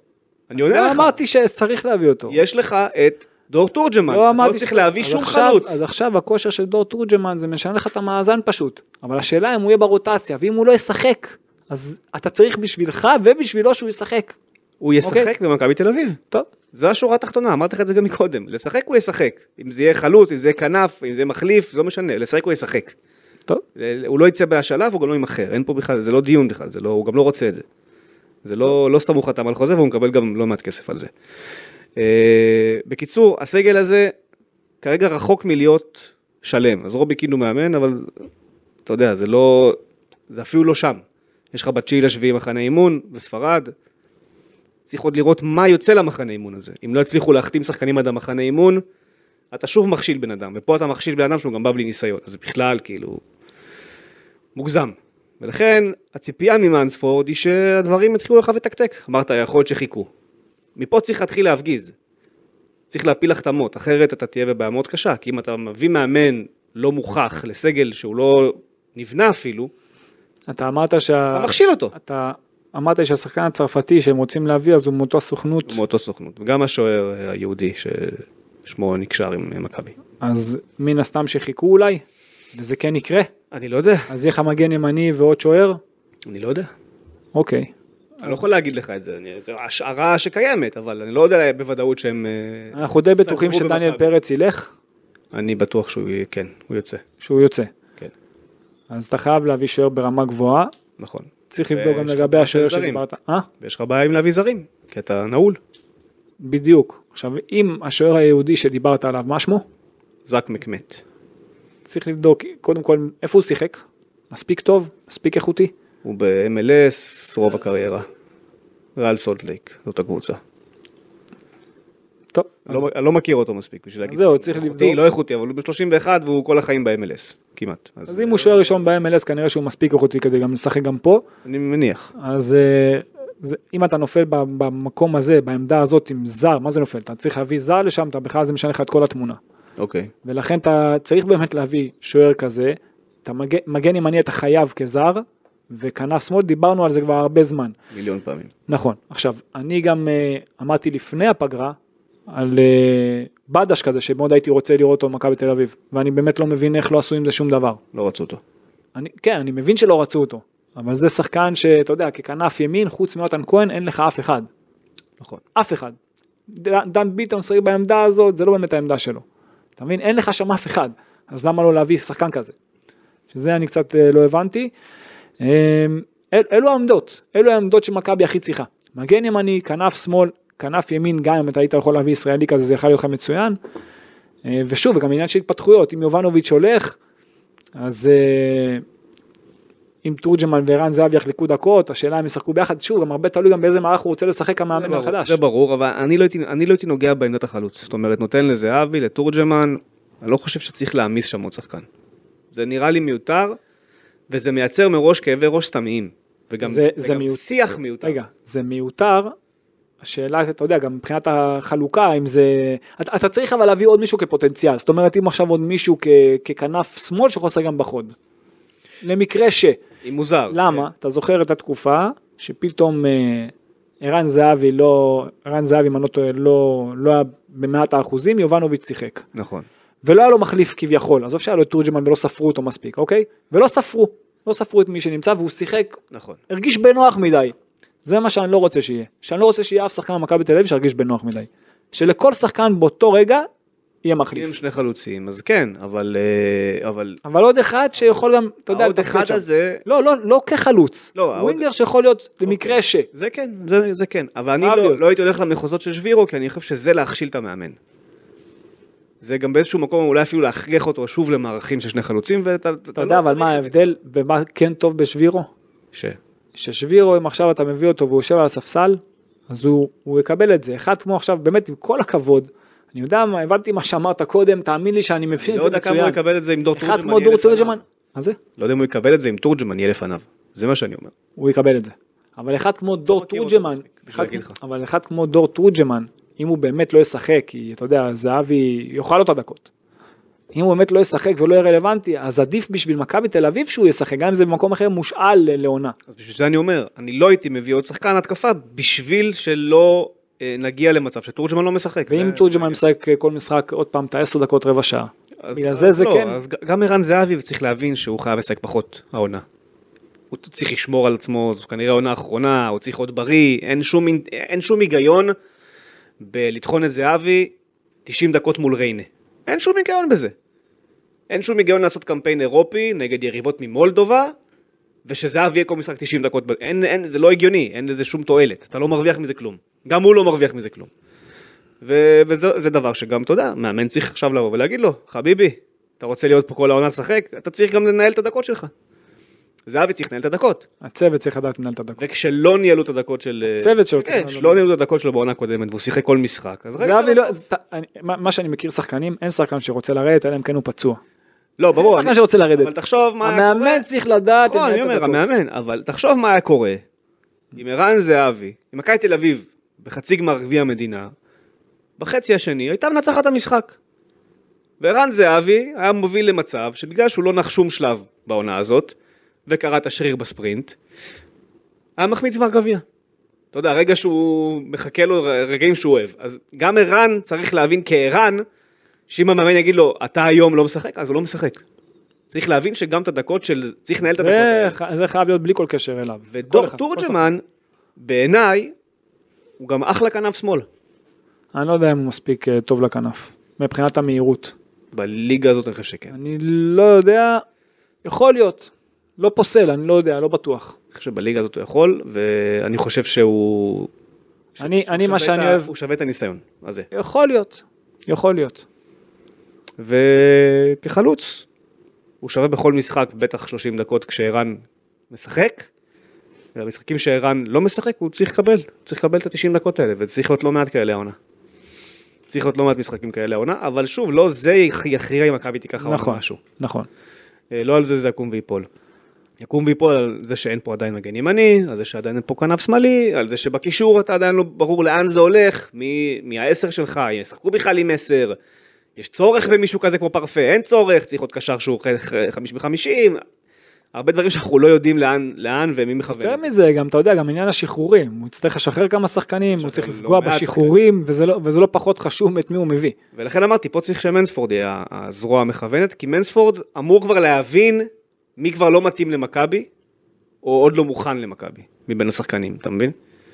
אני עונה לא לך. אמרתי שצריך להביא אותו. יש לך את דור תורג'מן. לא לא אמרתי צריך להביא אז שום עכשיו- חלוץ. אז עכשיו הכושר של דור תורג'מן זה משנה לך את המאזן פשוט. אבל השאלה אם הוא יהיה ברוטציה, ואם הוא לא ישחק, אז אתה צריך בשבילך ובשבילו שהוא ישחק. הוא ישחק אוקיי. במכבי תל אביב. טוב, זו השורה התחתונה, אמרתי לך את זה גם מקודם. לשחק הוא ישחק. אם זה יהיה חלוץ, אם זה יהיה כנף, אם זה יהיה מחליף, זה לא משנה. לשחק הוא ישחק. טוב. הוא לא יצא בהשאלה והוא גם לא ימחר. אין פה בכלל, זה לא דיון בכלל, הוא גם לא רוצה את זה. זה לא סתם הוא חתם על חוזה והוא מקבל גם לא מעט כסף על זה. בקיצור, הסגל הזה כרגע רחוק מלהיות שלם. אז רובי קין הוא מאמן, אבל אתה יודע, זה אפילו לא שם. יש לך ב9/7 מחנה אימון בספרד. צריך עוד לראות מה יוצא למחנה אימון הזה. אם לא הצליחו להחתים שחקנים עד המחנה אימון, אתה שוב מכשיל בן אדם, ופה אתה מכשיל בן אדם שהוא גם בא בלי ניסיון. אז בכלל, כאילו, מוגזם. ולכן, הציפייה ממאנספורד היא שהדברים יתחילו לך ותקתק. אמרת, יכול להיות שחיכו. מפה צריך להתחיל להפגיז. צריך להפיל החתמות, אחרת אתה תהיה בבעיה מאוד קשה, כי אם אתה מביא מאמן לא מוכח לסגל שהוא לא נבנה אפילו, אתה אמרת אתה מכשיל אותו. אתה אמרת שהשחקן הצרפתי שהם רוצים להביא, אז הוא מאותו הסוכנות. מאותו סוכנות. וגם השוער היהודי ששמו נקשר עם מכבי. אז מן הסתם שחיכו אולי, וזה כן יקרה. אני לא יודע. אז יהיה לך מגן ימני ועוד שוער? אני לא יודע. אוקיי. אני לא יכול להגיד לך את זה. זו השערה שקיימת, אבל אני לא יודע בוודאות שהם אנחנו די בטוחים סגרו שדניאל במכבי. פרץ ילך, אני בטוח שהוא כן, הוא יוצא. שהוא יוצא. כן, אז אתה חייב להביא שוער ברמה גבוהה. נכון. צריך לבדוק גם ויש לך לגבי בעיה השוער של זרים. שדיברת. ויש לך בעיה עם להביא זרים, כי אתה נעול. בדיוק. עכשיו, אם השוער היהודי שדיברת עליו, מה שמו? זק מקמת. צריך לבדוק, קודם כל, איפה הוא שיחק? מספיק טוב? מספיק איכותי? הוא ב-MLS רוב הקריירה. ריאל סולט לייק, זאת הקבוצה. טוב. אז אני לא מכיר אותו מספיק בשביל להגיד. זהו, צריך איכותי, לבדוק. לא איכותי, אבל הוא ב-31 והוא כל החיים ב-MLS, כמעט. אז אם הוא שוער ראשון ב-MLS, כנראה שהוא מספיק איכותי כדי גם לשחק גם פה. אני מניח. אז אם אתה נופל במקום הזה, בעמדה הזאת עם זר, מה זה נופל? אתה צריך להביא זר לשם, אתה בכלל זה משנה לך את כל התמונה. אוקיי. ולכן אתה צריך באמת להביא שוער כזה, אתה מגן ימני אתה חייב כזר, וכנף שמאל, דיברנו על זה כבר הרבה זמן. מיליון פעמים. נכון. עכשיו, אני גם אמרתי לפני הפגרה, על בדש כזה, שמאוד הייתי רוצה לראות אותו במכבי תל אביב, ואני באמת לא מבין איך לא עשו עם זה שום דבר. לא רצו אותו. כן, אני מבין שלא רצו אותו, אבל זה שחקן שאתה יודע, ככנף ימין, חוץ מיונתן כהן, אין לך אף אחד. נכון. אף אחד. דן ביטון שחק בעמדה הזאת, זה לא באמת העמדה שלו. אתה מבין? אין לך שם אף אחד. אז למה לא להביא שחקן כזה? שזה אני קצת לא הבנתי. אלו העמדות שמכבי הכי צריכה. מגן ימני, כנף שמאל, כנף ימין, גם אם אתה היית יכול להביא ישראלי כזה, זה יכול להיות לך מצוין. ושוב, וגם עניין של התפתחויות, אם יובנוביץ' הולך, אז אם תורג'מן וערן זהבי יחלקו דקות, השאלה אם ישחקו ביחד, שוב, גם הרבה תלוי גם באיזה מערך הוא רוצה לשחק המאמן החדש. זה ברור, אבל אני לא הייתי נוגע בעמדת החלוץ. זאת אומרת, נותן לזהבי, לתורג'מן, אני לא חושב שצריך להעמיס שם עוד שחקן. זה נראה לי מיותר, וזה מייצר מראש כאבי ראש סתמיים. וגם שיח מיותר. רגע, זה מיותר, השאלה, אתה יודע, גם מבחינת החלוקה, אם זה, אתה צריך אבל להביא עוד מישהו כפוטנציאל, זאת אומרת, אם עכשיו עוד מישהו ככנף שמאל שחוסר גם בחוד. למקרה עם מוזר. למה? אתה זוכר את התקופה שפתאום ערן זהבי מנות לא היה במאת האחוזים, יובנוביץ' שיחק. נכון. ולא היה לו מחליף כביכול, עזוב שהיה לו את תורג'מן ולא ספרו אותו מספיק, אוקיי? ולא ספרו את מי שנמצא והוא שיחק, נכון. הרגיש בנוח מדי. זה מה שאני לא רוצה שיהיה. שאני לא רוצה שיהיה אף שחקן במכבי תל אביב שהרגיש בנוח מדי. שלכל שחקן באותו רגע יהיה מחליף. אם שני חלוצים, אז כן, אבל עוד אחד שיכול גם, אתה יודע, עוד אחד הזה, לא כחלוץ. ווינגר שיכול להיות למקרה ש. זה כן, זה כן. אבל אני לא הייתי הולך למחוזות של שבירו, כי אני חושב שזה להכשיל את המאמן. זה גם באיזשהו מקום אולי אפילו להכריח אותו שוב למערכים של שני חלוצים, אתה יודע, אבל מה ההבדל, ומה כן טוב בשבירו? ששבירו, אם עכשיו אתה מביא אותו והוא יושב על הספסל, אז הוא יקבל את זה. אחד כמו עכשיו, באמת עם כל הכבוד, אני יודע מה, הבנתי מה שאמרת קודם, תאמין לי שאני מבין את זה מצוין. לא יודע כמה הוא יקבל את זה עם דור תורג'מן. אחד כמו דור תורג'מן, מה זה? לא יודע אם הוא יקבל את זה עם תורג'מן יהיה לפניו. זה מה שאני אומר. הוא יקבל את זה. אבל אחד כמו דור תורג'מן, אם הוא באמת לא ישחק, כי אתה יודע, זהבי יאכל אותה דקות. אם הוא באמת לא ישחק ולא יהיה רלוונטי, אז עדיף בשביל מכבי תל אביב שהוא ישחק, גם אם זה במקום אחר מושאל לעונה. אז בשביל זה אני אומר, אני לא הייתי מביא עוד שחקן התקפה, בשביל שלא נגיע למצב שתורג'מן לא משחק. ואם תורג'מן משחק כל משחק עוד פעם את 10 דקות רבע שעה. בגלל זה לא, כן. אז גם ערן זהבי צריך להבין שהוא חייב לשחק פחות העונה. הוא צריך לשמור על עצמו, זו כנראה העונה האחרונה, הוא צריך עוד בריא, אין שום היגיון בלטחון את זהבי 90 דקות מול ריינה. אין שום היגיון בזה. אין שום היגיון לעשות קמפיין אירופי נגד יריבות ממולדובה, ושזהבי יהיה כל משחק 90 דקות. זה לא הגיוני, אין לזה שום תועלת. אתה לא מרוויח מזה כלום. גם הוא לא מרוויח מזה כלום. וזה דבר שגם, אתה יודע, מאמן צריך עכשיו לבוא ולהגיד לו, חביבי, אתה רוצה להיות פה כל העונה לשחק, אתה צריך גם לנהל את הדקות שלך. זהבי צריך לנהל את הדקות. הצוות צריך לדעת לנהל את הדקות. וכשלא ניהלו את הדקות של... הצוות שלו צריך לנהל. כשלא ניהלו את הדקות שלו בעונה קודמת, והוא שיחק כל משחק. זהבי לא... מה שאני מכיר שחקנים, אין שחקן שרוצה לרדת, אלא אם כן הוא פצוע. לא, ברור. אין שחקן שרוצה לרדת. אבל תחשוב מה... המאמן צריך לדעת... נכון, אני אומר, המאמן, אבל תחשוב מה היה קורה עם ערן זהבי, עם מכבי תל אביב, בחצי גמר גביע המדינה, בחצי השני, הייתה מנצחת המשחק. וערן זהבי היה מוביל למצב שבגלל שהוא לא נח שום שלב בעונה הזאת, וקרא את השריר בספרינט, היה מחמיץ גמר גביע. אתה יודע, הרגע שהוא מחכה לו, רגעים שהוא אוהב. אז גם ערן צריך להבין כערן, שאם המאמן יגיד לו, אתה היום לא משחק, אז הוא לא משחק. צריך להבין שגם את הדקות של... צריך לנהל את הדקות האלה. זה חייב להיות בלי כל קשר אליו. ודור תורג'מן, בעיניי, הוא גם אחלה כנף שמאל. אני לא יודע אם הוא מספיק טוב לכנף, מבחינת המהירות. בליגה הזאת אני חושב שכן. אני לא יודע, יכול להיות. לא פוסל, אני לא יודע, לא בטוח. אני חושב שבליגה הזאת הוא יכול, ואני חושב שהוא... מה שאני אוהב... הוא שווה את הניסיון הזה. יכול להיות, יכול להיות. וכחלוץ, הוא שווה בכל משחק, בטח 30 דקות כשערן משחק, והמשחקים שערן לא משחק, הוא צריך לקבל את ה-90 דקות האלה, וצריך להיות לא מעט כאלה העונה. צריך להיות לא מעט משחקים כאלה העונה, אבל שוב, לא זה יכריע אם מכבי תיקח העונה משהו. נכון. לא על זה יקום ויפול. יקום ויפול על זה שאין פה עדיין מגן ימני, על זה שעדיין אין פה כנף שמאלי, על זה שבקישור אתה עדיין לא ברור לאן זה הולך, מה-10 שלך, ישחקו בכלל עם 10, יש צורך במישהו כזה כמו פרפה, אין צורך, צריך עוד קשר שהוא 50-50, הרבה דברים שאנחנו לא יודעים לאן ומי מכוון. יותר מזה, גם אתה יודע, גם עניין השחרורים, הוא יצטרך לשחרר כמה שחקנים, הוא צריך לפגוע בשחרורים, וזה לא פחות חשוב את מי הוא מביא. ולכן אמרתי, פה צריך שמנספורד יהיה הזרוע המכוונת, כי מנספורד אמור כבר להבין מי כבר לא מתאים למכבי, או עוד לא מוכן למכבי, מבין השחקנים, אתה מבין?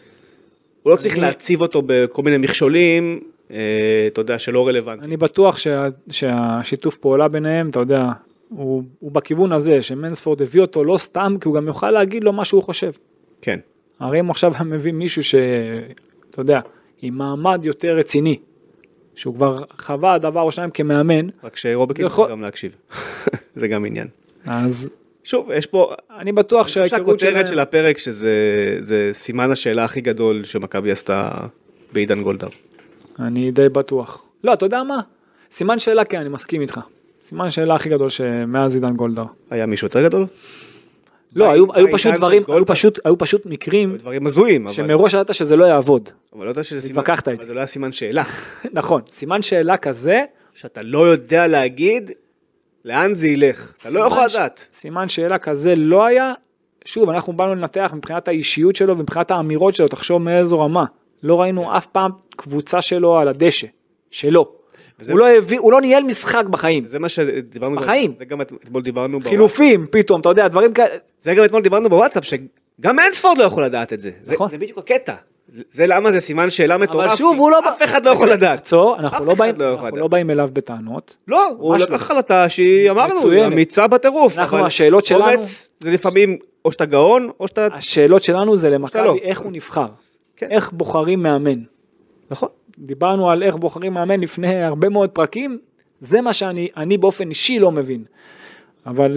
הוא לא צריך להציב אותו בכל מיני מכשולים, אתה יודע, שלא רלוונטי. אני בטוח שהשיתוף פעולה ביניהם, אתה יודע, הוא בכיוון הזה, שמנספורד הביא אותו לא סתם, כי הוא גם יוכל להגיד לו מה שהוא חושב. כן. הרי אם עכשיו מביא מישהו אתה יודע, עם מעמד יותר רציני, שהוא כבר חווה דבר או שניים כמאמן. רק שרובקין צריך גם להקשיב. זה גם עניין. אז... שוב, יש פה... אני בטוח שהכותרת של הפרק, שזה סימן השאלה הכי גדול שמכבי עשתה בעידן גולדהר. אני די בטוח. לא, אתה יודע מה? סימן שאלה, כן, אני מסכים איתך. סימן שאלה הכי גדול שמאז עידן גולדהר. היה מישהו יותר גדול? לא, היו פשוט דברים, היו פשוט מקרים, דברים מזוהים, שמראש ידעת שזה לא יעבוד. אבל לא יודע שזה סימן, התווכחת איתי. אבל זה לא היה סימן שאלה. נכון, סימן שאלה כזה, שאתה לא יודע להגיד לאן זה ילך. אתה לא יכול לדעת. סימן שאלה כזה לא היה, שוב, אנחנו באנו לנתח מבחינת האישיות שלו, ומבחינת האמירות שלו, תחשוב מאיזו רמה. לא ראינו אף פעם קבוצה שלו על הדשא, שלו. הוא לא ניהל משחק בחיים. זה מה שדיברנו בחיים. זה גם אתמול דיברנו חילופים, פתאום, אתה יודע, דברים כאלה. זה גם אתמול דיברנו בוואטסאפ, שגם מנספורד לא יכול לדעת את זה. נכון. זה בדיוק הקטע. זה למה זה סימן שאלה מטורף. אבל שוב, אף אחד לא יכול לדעת. אנחנו לא באים אליו בטענות. לא, הוא לקח החלטה שהיא אמרנו, אמיצה בטירוף. השאלות שלנו... אומץ זה לפעמים או שאתה גאון, או שאתה... השאלות שלנו זה למכבי, איך הוא נבחר. איך בוחרים מאמן. נכון. דיברנו על איך בוחרים מאמן לפני הרבה מאוד פרקים, זה מה שאני באופן אישי לא מבין. אבל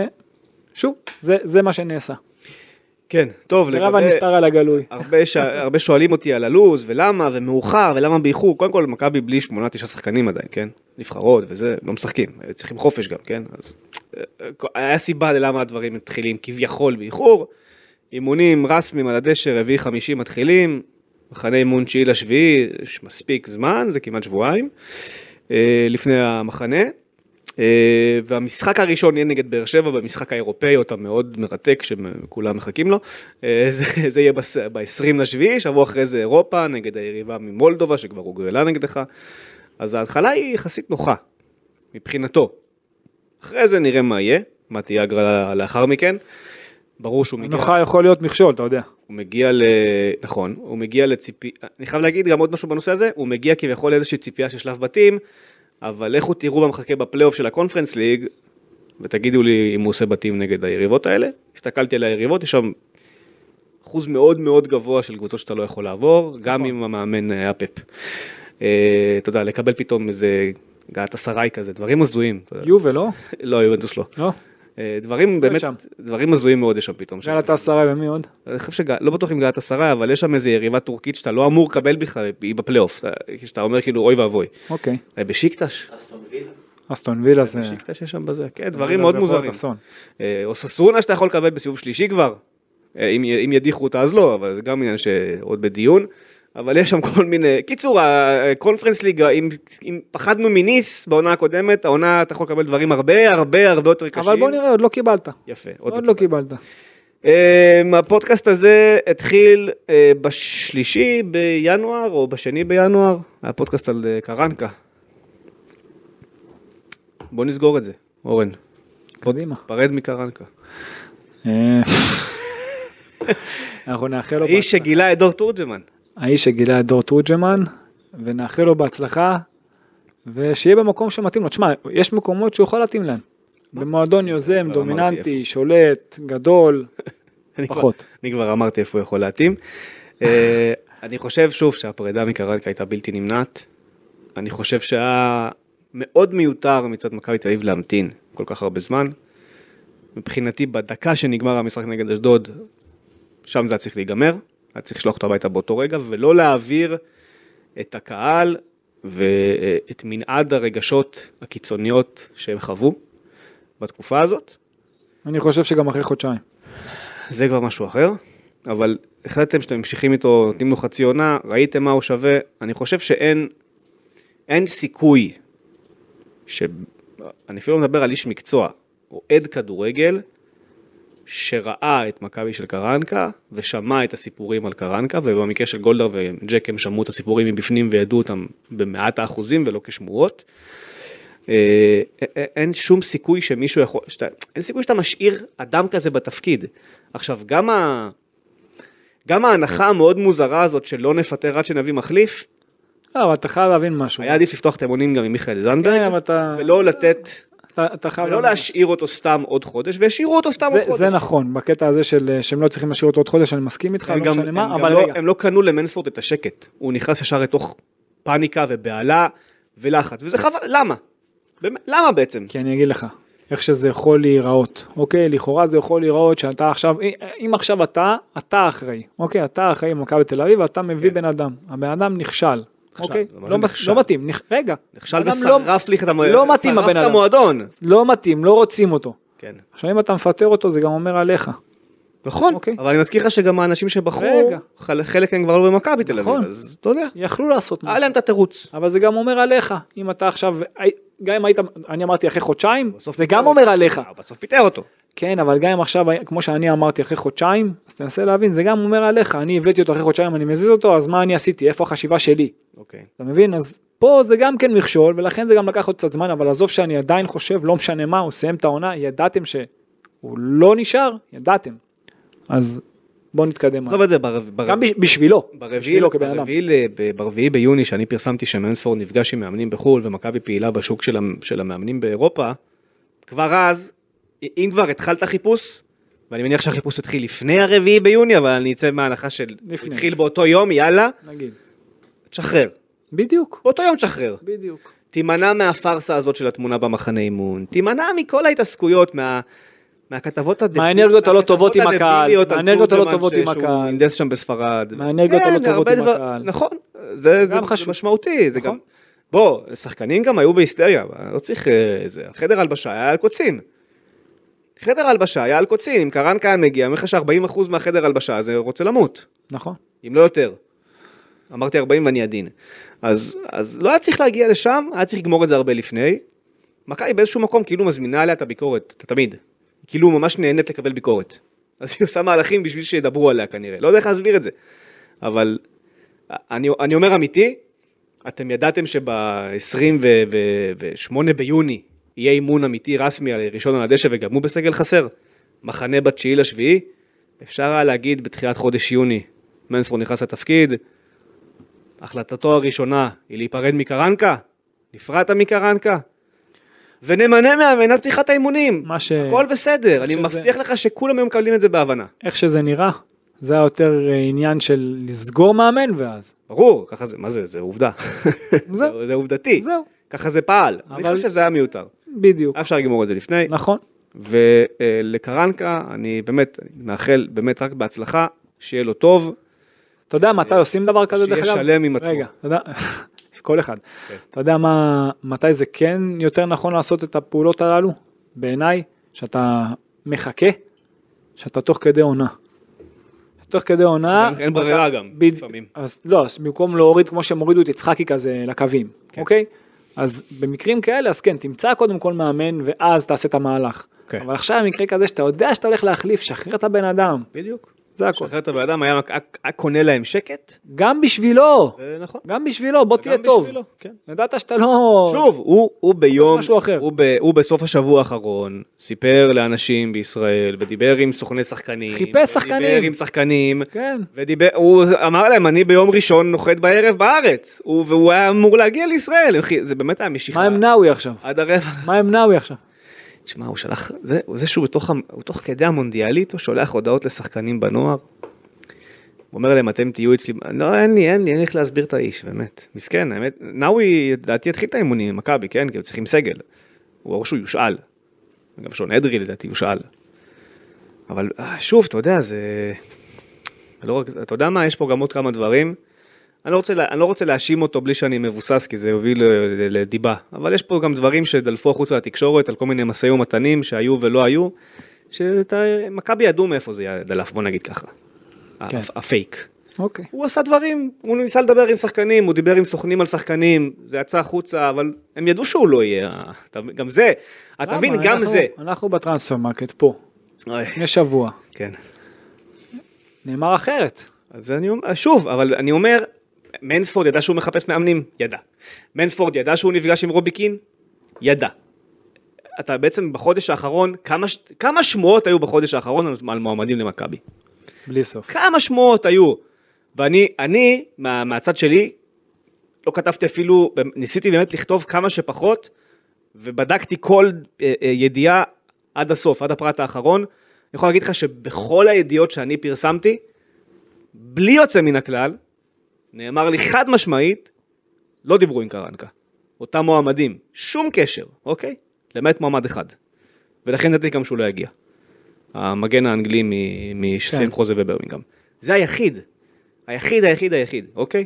שוב, זה מה שנעשה. כן, טוב. רב הנסתר על הגלוי. הרבה שואלים אותי על הלוז, ולמה, ומאוחר, ולמה באיחור. קודם כל, מכבי בלי 8-9 שחקנים עדיין, כן? נבחרות, וזה, לא משחקים. צריכים חופש גם, כן? אז היה סיבה ללמה הדברים מתחילים כביכול באיחור. אימונים רסמיים על הדשא, 4-5 מתחילים. מחנה אימון 9-7, יש מספיק זמן, זה כמעט שבועיים, לפני המחנה, והמשחק הראשון יהיה נגד באר שבע, במשחק האירופאי, אותה מאוד מרתק, שכולם מחכים לו. זה יהיה ב-20 לשביעי, שבוע אחרי זה אירופה, נגד היריבה ממולדובה, שכבר הוגרלה נגדך. אז ההתחלה היא יחסית נוחה, מבחינתו. אחרי זה נראה מה יהיה, מה תהיה הגרלה לאחר מכן. ברור שהוא מגיע... נוחה יכול להיות מכשול, אתה יודע. הוא מגיע נכון, הוא מגיע לציפי... אני חייב להגיד גם עוד משהו בנושא הזה, הוא מגיע כביכול איזושהי ציפייה של שלב בתים, אבל לכו תראו במחכה בפלייאוף של הקונפרנס ליג, ותגידו לי אם הוא עושה בתים נגד היריבות האלה. הסתכלתי על היריבות, יש שם אחוז מאוד מאוד גבוה של קבוצות שאתה לא יכול לעבור, גם אם המאמן היה פפ. אתה יודע, לקבל פתאום איזה געת עשרה כזה, דברים הזויים. יובל, לא? לא, יובנטוס לא. לא? דברים באמת, דברים הזויים מאוד יש שם פתאום. געת עשרה ומי עוד? אני חושב לא בטוח עם געת עשרה, אבל יש שם איזה יריבה טורקית שאתה לא אמור לקבל בכלל, היא בפלייאוף, שאתה אומר כאילו אוי ואבוי. אוקיי. בשיקטש. אסטון וילה זה... בשיקטש יש שם בזה, כן, דברים מאוד מוזרים. או ססונה שאתה יכול לקבל בסיבוב שלישי כבר, אם ידיחו אותה אז לא, אבל זה גם עניין שעוד בדיון. אבל יש שם כל מיני, קיצור, הקונפרנס ליג, אם פחדנו מניס בעונה הקודמת, העונה אתה יכול לקבל דברים הרבה יותר קשים. אבל בוא נראה, עוד לא קיבלת. יפה. עוד לא קיבלת. הפודקאסט הזה התחיל בשלישי בינואר, או בשני בינואר, הפודקאסט על קרנקה. בוא נסגור את זה, אורן. קדימה. פרד מקרנקה. אנחנו נאחל לו... האיש שגילה את דור תורג'מן. האיש שגילה את דור תורג'מן, ונאחל לו בהצלחה, ושיהיה במקום שמתאים לו. תשמע, יש מקומות שהוא יכול להתאים להם. במועדון יוזם, דומיננטי, שולט, גדול, פחות. אני כבר אמרתי איפה הוא יכול להתאים. אני חושב שוב שהפרידה מקרנקה הייתה בלתי נמנעת. אני חושב שהיה מאוד מיותר מצד מכבי תל אביב להמתין כל כך הרבה זמן. מבחינתי, בדקה שנגמר המשחק נגד אשדוד, שם זה היה צריך להיגמר. היה צריך לשלוח אותו הביתה באותו רגע, ולא להעביר את הקהל ואת מנעד הרגשות הקיצוניות שהם חוו בתקופה הזאת. אני חושב שגם אחרי חודשיים. זה כבר משהו אחר, אבל החלטתם שאתם ממשיכים איתו, נותנים לו חצי עונה, ראיתם מה הוא שווה, אני חושב שאין סיכוי, אני אפילו לא מדבר על איש מקצוע, או עד כדורגל, שראה את מכבי של קרנקה, ושמע את הסיפורים על קרנקה, ובמקרה של גולדהר וג'ק הם שמעו את הסיפורים מבפנים, וידעו אותם במאת האחוזים, ולא כשמועות. אין שום סיכוי שמישהו יכול, אין סיכוי שאתה משאיר אדם כזה בתפקיד. עכשיו, גם ההנחה המאוד מוזרה הזאת, שלא נפטר עד שנביא מחליף, לא, אבל אתה חייב להבין משהו. היה עדיף לפתוח את האמונים גם עם מיכאל זנדברג, כן, אבל אתה... ולא לתת... ולא להשאיר אותו סתם עוד חודש, והשאירו אותו סתם עוד חודש. זה נכון, בקטע הזה שהם לא צריכים להשאיר אותו עוד חודש, אני מסכים איתך, לא משנה מה, אבל רגע. הם לא קנו למנספורד את השקט, הוא נכנס ישר לתוך פאניקה ובעלה ולחץ, וזה חבל, למה? למה בעצם? כי אני אגיד לך, איך שזה יכול להיראות, אוקיי, לכאורה זה יכול להיראות שאתה עכשיו, אם עכשיו אתה אחראי, אוקיי, אתה אחראי במכבי תל אביב, ואתה מביא בן אדם, הבן אדם נכשל, אוקיי, לא מתאים, רגע, נכשל ושרף לך את המועדון, לא מתאים, לא רוצים אותו, כן. עכשיו אם אתה מפטר אותו זה גם אומר עליך, נכון, אבל אני מזכיר לך שגם האנשים שבחרו, חלק הם כבר לא במכבי תל אביב, אז אתה יודע, יכלו לעשות משהו, עליהם את התירוץ, אבל זה גם אומר עליך, אם אתה עכשיו, גם אם היית, אני אמרתי אחרי חודשיים, זה גם אומר עליך, בסוף פיטר אותו, כן, אבל גם אם עכשיו, כמו שאני אמרתי אחרי חודשיים, אז תנסה להבין, זה גם אומר עליך, אני הבאתי אותו אחרי חודשיים, אני מזיז אותו, אז מה אני עשיתי, איפה החשיבה שלי, אתה מבין, אז פה זה גם כן מכשול, ולכן זה גם לקח עוד קצת זמן, אבל עזוב שאני עדיין חושב, לא משנה מה, הוא סיים את העונה, ידעתם שהוא לא נשאר, ידעתם, אז בוא נתקדם. עזוב את זה, גם בשבילו, ברביעי ביוני, שאני פרסמתי שמנספורד נפגש עם מאמנים בחול, ומכבי פעילה בשוק של המאמנים באירופה, כבר אז, אם כבר התחלת חיפוש, ואני מניח שהחיפוש התחיל לפני הרביעי ביוני, אבל אני אצא מההנחה של התחיל באותו יום, יאללה, נגיד. תשחרר. בדיוק. באותו יום תשחרר. בדיוק. תימנע מהפרסה הזאת של התמונה במחנה אימון, תימנע מכל ההתעסקויות, מהכתבות הדבילות, מהאנרגיות הלא טובות עם הקהל, מהאנרגיות הלא טובות עם הקהל, שהוא אינדס שם בספרד, מהאנרגיות הלא טובות עם הקהל, נכון, זה משמעותי, זה גם, בוא, שחקנים גם היו בהיסטריה, לא צריך איזה, החדר הלבשה היה על קוצים, חדר הלבשה היה על קוצים, אם קרנקה היה מגיע, אומר לך ש40% מהחדר הלבשה זה רוצה למות, נכון, אם לא יותר, אמרתי 40 ואני עדין, אז לא היה צריך להגיע לשם, היה צריך לגמור את זה הרבה לפני, מכבי באיזשהו מקום כאילו מזמינה עליה את הביקורת, תמיד. כאילו ממש נהנית לקבל ביקורת. אז היא עושה מהלכים בשביל שידברו עליה כנראה. לא יודע איך להסביר את זה. אבל אני אומר אמיתי, אתם ידעתם שב-28 ביוני יהיה אימון אמיתי רסמי על ראשון על הדשא וגם הוא בסגל חסר. מחנה ב9 לשביעי, אפשר היה להגיד בתחילת חודש יוני, מנספורד נכנס לתפקיד, החלטתו הראשונה היא להיפרד מקרנקה, נפרדת מקרנקה, ונמנה מאמן על פתיחת האימונים. הכל בסדר, אני מבטיח לך שכולם היום מקבלים את זה בהבנה. איך שזה נראה, זה יותר עניין של לסגור מאמן ואז. ברור, ככה זה, מה זה? זה עובדה. זה עובדתי. זהו. ככה זה פעל. אני חושב שזה היה מיותר. בדיוק. אפשר לגמור את זה לפני. נכון. ולקרנקה, אני באמת מאחל באמת רק בהצלחה, שיהיה לו טוב. אתה יודע מתי עושים דבר כזה דרך אגב? שיהיה שלם עם עצמו. רגע, אתה יודע, כל אחד. אתה יודע מתי זה כן יותר נכון לעשות את הפעולות הללו? בעיניי, שאתה מחכה, שאתה תוך כדי עונה. תוך כדי עונה... אין ברירה גם, לפעמים. לא, אז במקום להוריד כמו שהם הורידו את יצחקי כזה לקווים, אוקיי? אז במקרים כאלה, אז כן, תמצא קודם כל מאמן, ואז תעשה את המהלך. אבל עכשיו במקרה כזה, שאתה יודע שאתה הולך להחליף, שחרר את הבן אדם. בדיוק. זה הכל. שחרר את הבן אדם, היה קונה להם שקט. גם בשבילו. נכון. גם בשבילו, בוא תהיה טוב. ידעת שאתה לא... שוב, הוא ביום... משהו אחר. הוא בסוף השבוע האחרון, סיפר לאנשים בישראל, ודיבר עם סוכני שחקנים. חיפש שחקנים. ודיבר עם שחקנים. כן. הוא אמר להם, אני ביום ראשון נוחת בערב בארץ. והוא היה אמור להגיע לישראל. זה באמת היה משיכה. מה עם נאווי עכשיו? עד הרבע. מה עם נאווי עכשיו? תשמע, הוא שלח, זה שהוא תוך כדי המונדיאלית, הוא שולח הודעות לשחקנים בנוער, הוא אומר להם, אתם תהיו אצלי, לא, אין לי איך להסביר את האיש, באמת, מסכן, האמת, נאווי, לדעתי התחיל את האימונים עם מכבי, כן, כי הם צריכים סגל, הוא אמר שהוא יושאל, גם שון אדרי לדעתי יושאל, אבל שוב, אתה יודע, אתה יודע מה, יש פה גם עוד כמה דברים, אני לא רוצה להאשים אותו בלי שאני מבוסס, כי זה יוביל לדיבה. אבל יש פה גם דברים שדלפו החוצה לתקשורת, על כל מיני מסעים ומתנים שהיו ולא היו, שמכבי ידעו מאיפה זה דלף, בוא נגיד ככה. כן. הפייק. אוקיי. הוא עשה דברים, הוא ניסה לדבר עם שחקנים, הוא דיבר עם סוכנים על שחקנים, זה יצא החוצה, אבל הם ידעו שהוא לא יהיה. גם זה, אתה מבין, גם זה. אנחנו בטרנספר מרקט פה, לפני שבוע. כן. נאמר אחרת. אז אני אומר, שוב, אבל אני אומר, מנספורד ידע שהוא מחפש מאמנים? ידע. מנספורד ידע שהוא נפגש עם רובי קין? ידע. אתה בעצם בחודש האחרון, כמה שמועות היו בחודש האחרון על מועמדים למכבי? בלי סוף. כמה שמועות היו? ואני, מהצד שלי, לא כתבתי אפילו, ניסיתי באמת לכתוב כמה שפחות, ובדקתי כל ידיעה עד הסוף, עד הפרט האחרון. אני יכול להגיד לך שבכל הידיעות שאני פרסמתי, בלי יוצא מן הכלל, נאמר לי חד משמעית, לא דיברו עם קרנקה. אותם מועמדים, שום קשר, אוקיי? למעט מועמד אחד. ולכן נתתי גם שהוא לא יגיע. המגן האנגלי משסיים חוזה בברמינגהאם. זה היחיד. היחיד, אוקיי?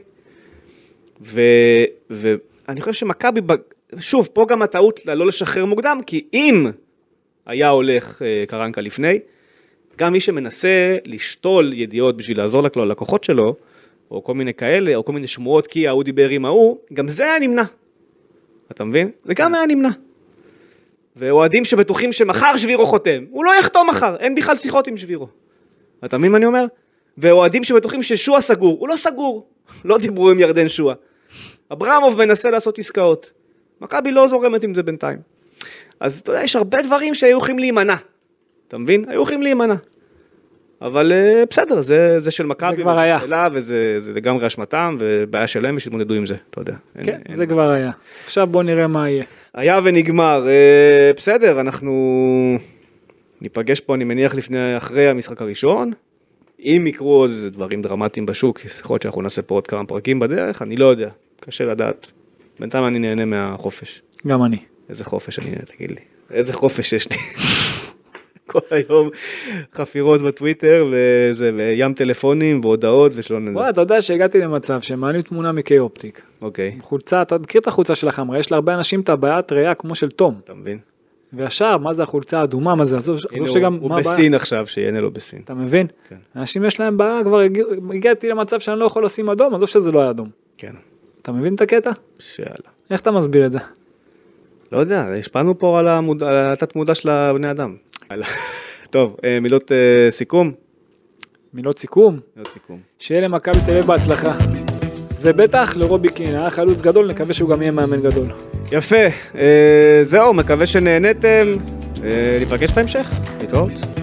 ואני חושב שמכבי, שוב, פה גם הטעות לא לשחרר מוקדם, כי אם היה הולך קרנקה לפני, גם מי שמנסה לשתול ידיעות בשביל לעזור ללקוחות שלו, או כל מיני כאלה, או כל מיני שמועות, כי ההוא דיבר עם ההוא, גם זה היה נמנע. אתה מבין? זה גם היה נמנע. ואוהדים שבטוחים שמחר שבירו חותם, הוא לא יחתום מחר, אין בכלל שיחות עם שבירו. אתה מבין מה אני אומר? ואוהדים שבטוחים ששועה סגור, הוא לא סגור. לא דיברו עם ירדן שועה. אברמוב מנסה לעשות עסקאות. מכבי לא זורמת עם זה בינתיים. אז אתה יודע, יש הרבה דברים שהיו יכולים להימנע. אתה מבין? היו יכולים להימנע. אבל בסדר, זה של מכבי, זה כבר היה. וזה לגמרי אשמתם, ובעיה שלהם, שתתמודדו עם זה, אתה יודע. כן, זה כבר היה. עכשיו בוא נראה מה יהיה. היה ונגמר. בסדר, אנחנו ניפגש פה, אני מניח, אחרי המשחק הראשון. אם יקרו עוד איזה דברים דרמטיים בשוק, יכול להיות שאנחנו נעשה פה עוד כמה פרקים בדרך, אני לא יודע, קשה לדעת. בינתיים אני נהנה מהחופש. גם אני. איזה חופש אני נהנה, תגיד לי. איזה חופש יש לי. כל היום חפירות בטוויטר, וים טלפונים והודעות ושלא נדע. וואי, אתה יודע שהגעתי למצב שמעלים תמונה מקי אופטיק. אוקיי. חולצה, אתה מכיר את החולצה של החמרה, יש לה הרבה אנשים את הבעיית ראייה כמו של תום. אתה מבין? וישר, מה זה החולצה האדומה, מה זה, עזוב שגם, הוא בסין עכשיו, שיהנה לו בסין. אתה מבין? כן. אנשים יש להם בעיה, כבר הגעתי למצב שאני לא יכול לשים אדום, עזוב שזה לא היה אדום. כן. אתה מבין את הקטע? שאלה. איך אתה מסביר את זה? לא יודע, השפענו פה על התת מודע של הבני אדם. טוב, מילות סיכום. מילות סיכום. מילות סיכום. שיהיה למכבי תל אביב בהצלחה. ובטח לרובי קין, היה חלוץ גדול, נקווה שהוא גם יהיה מאמן גדול. יפה, זהו, מקווה שנהנתם, ניפגש בהמשך, להתראות.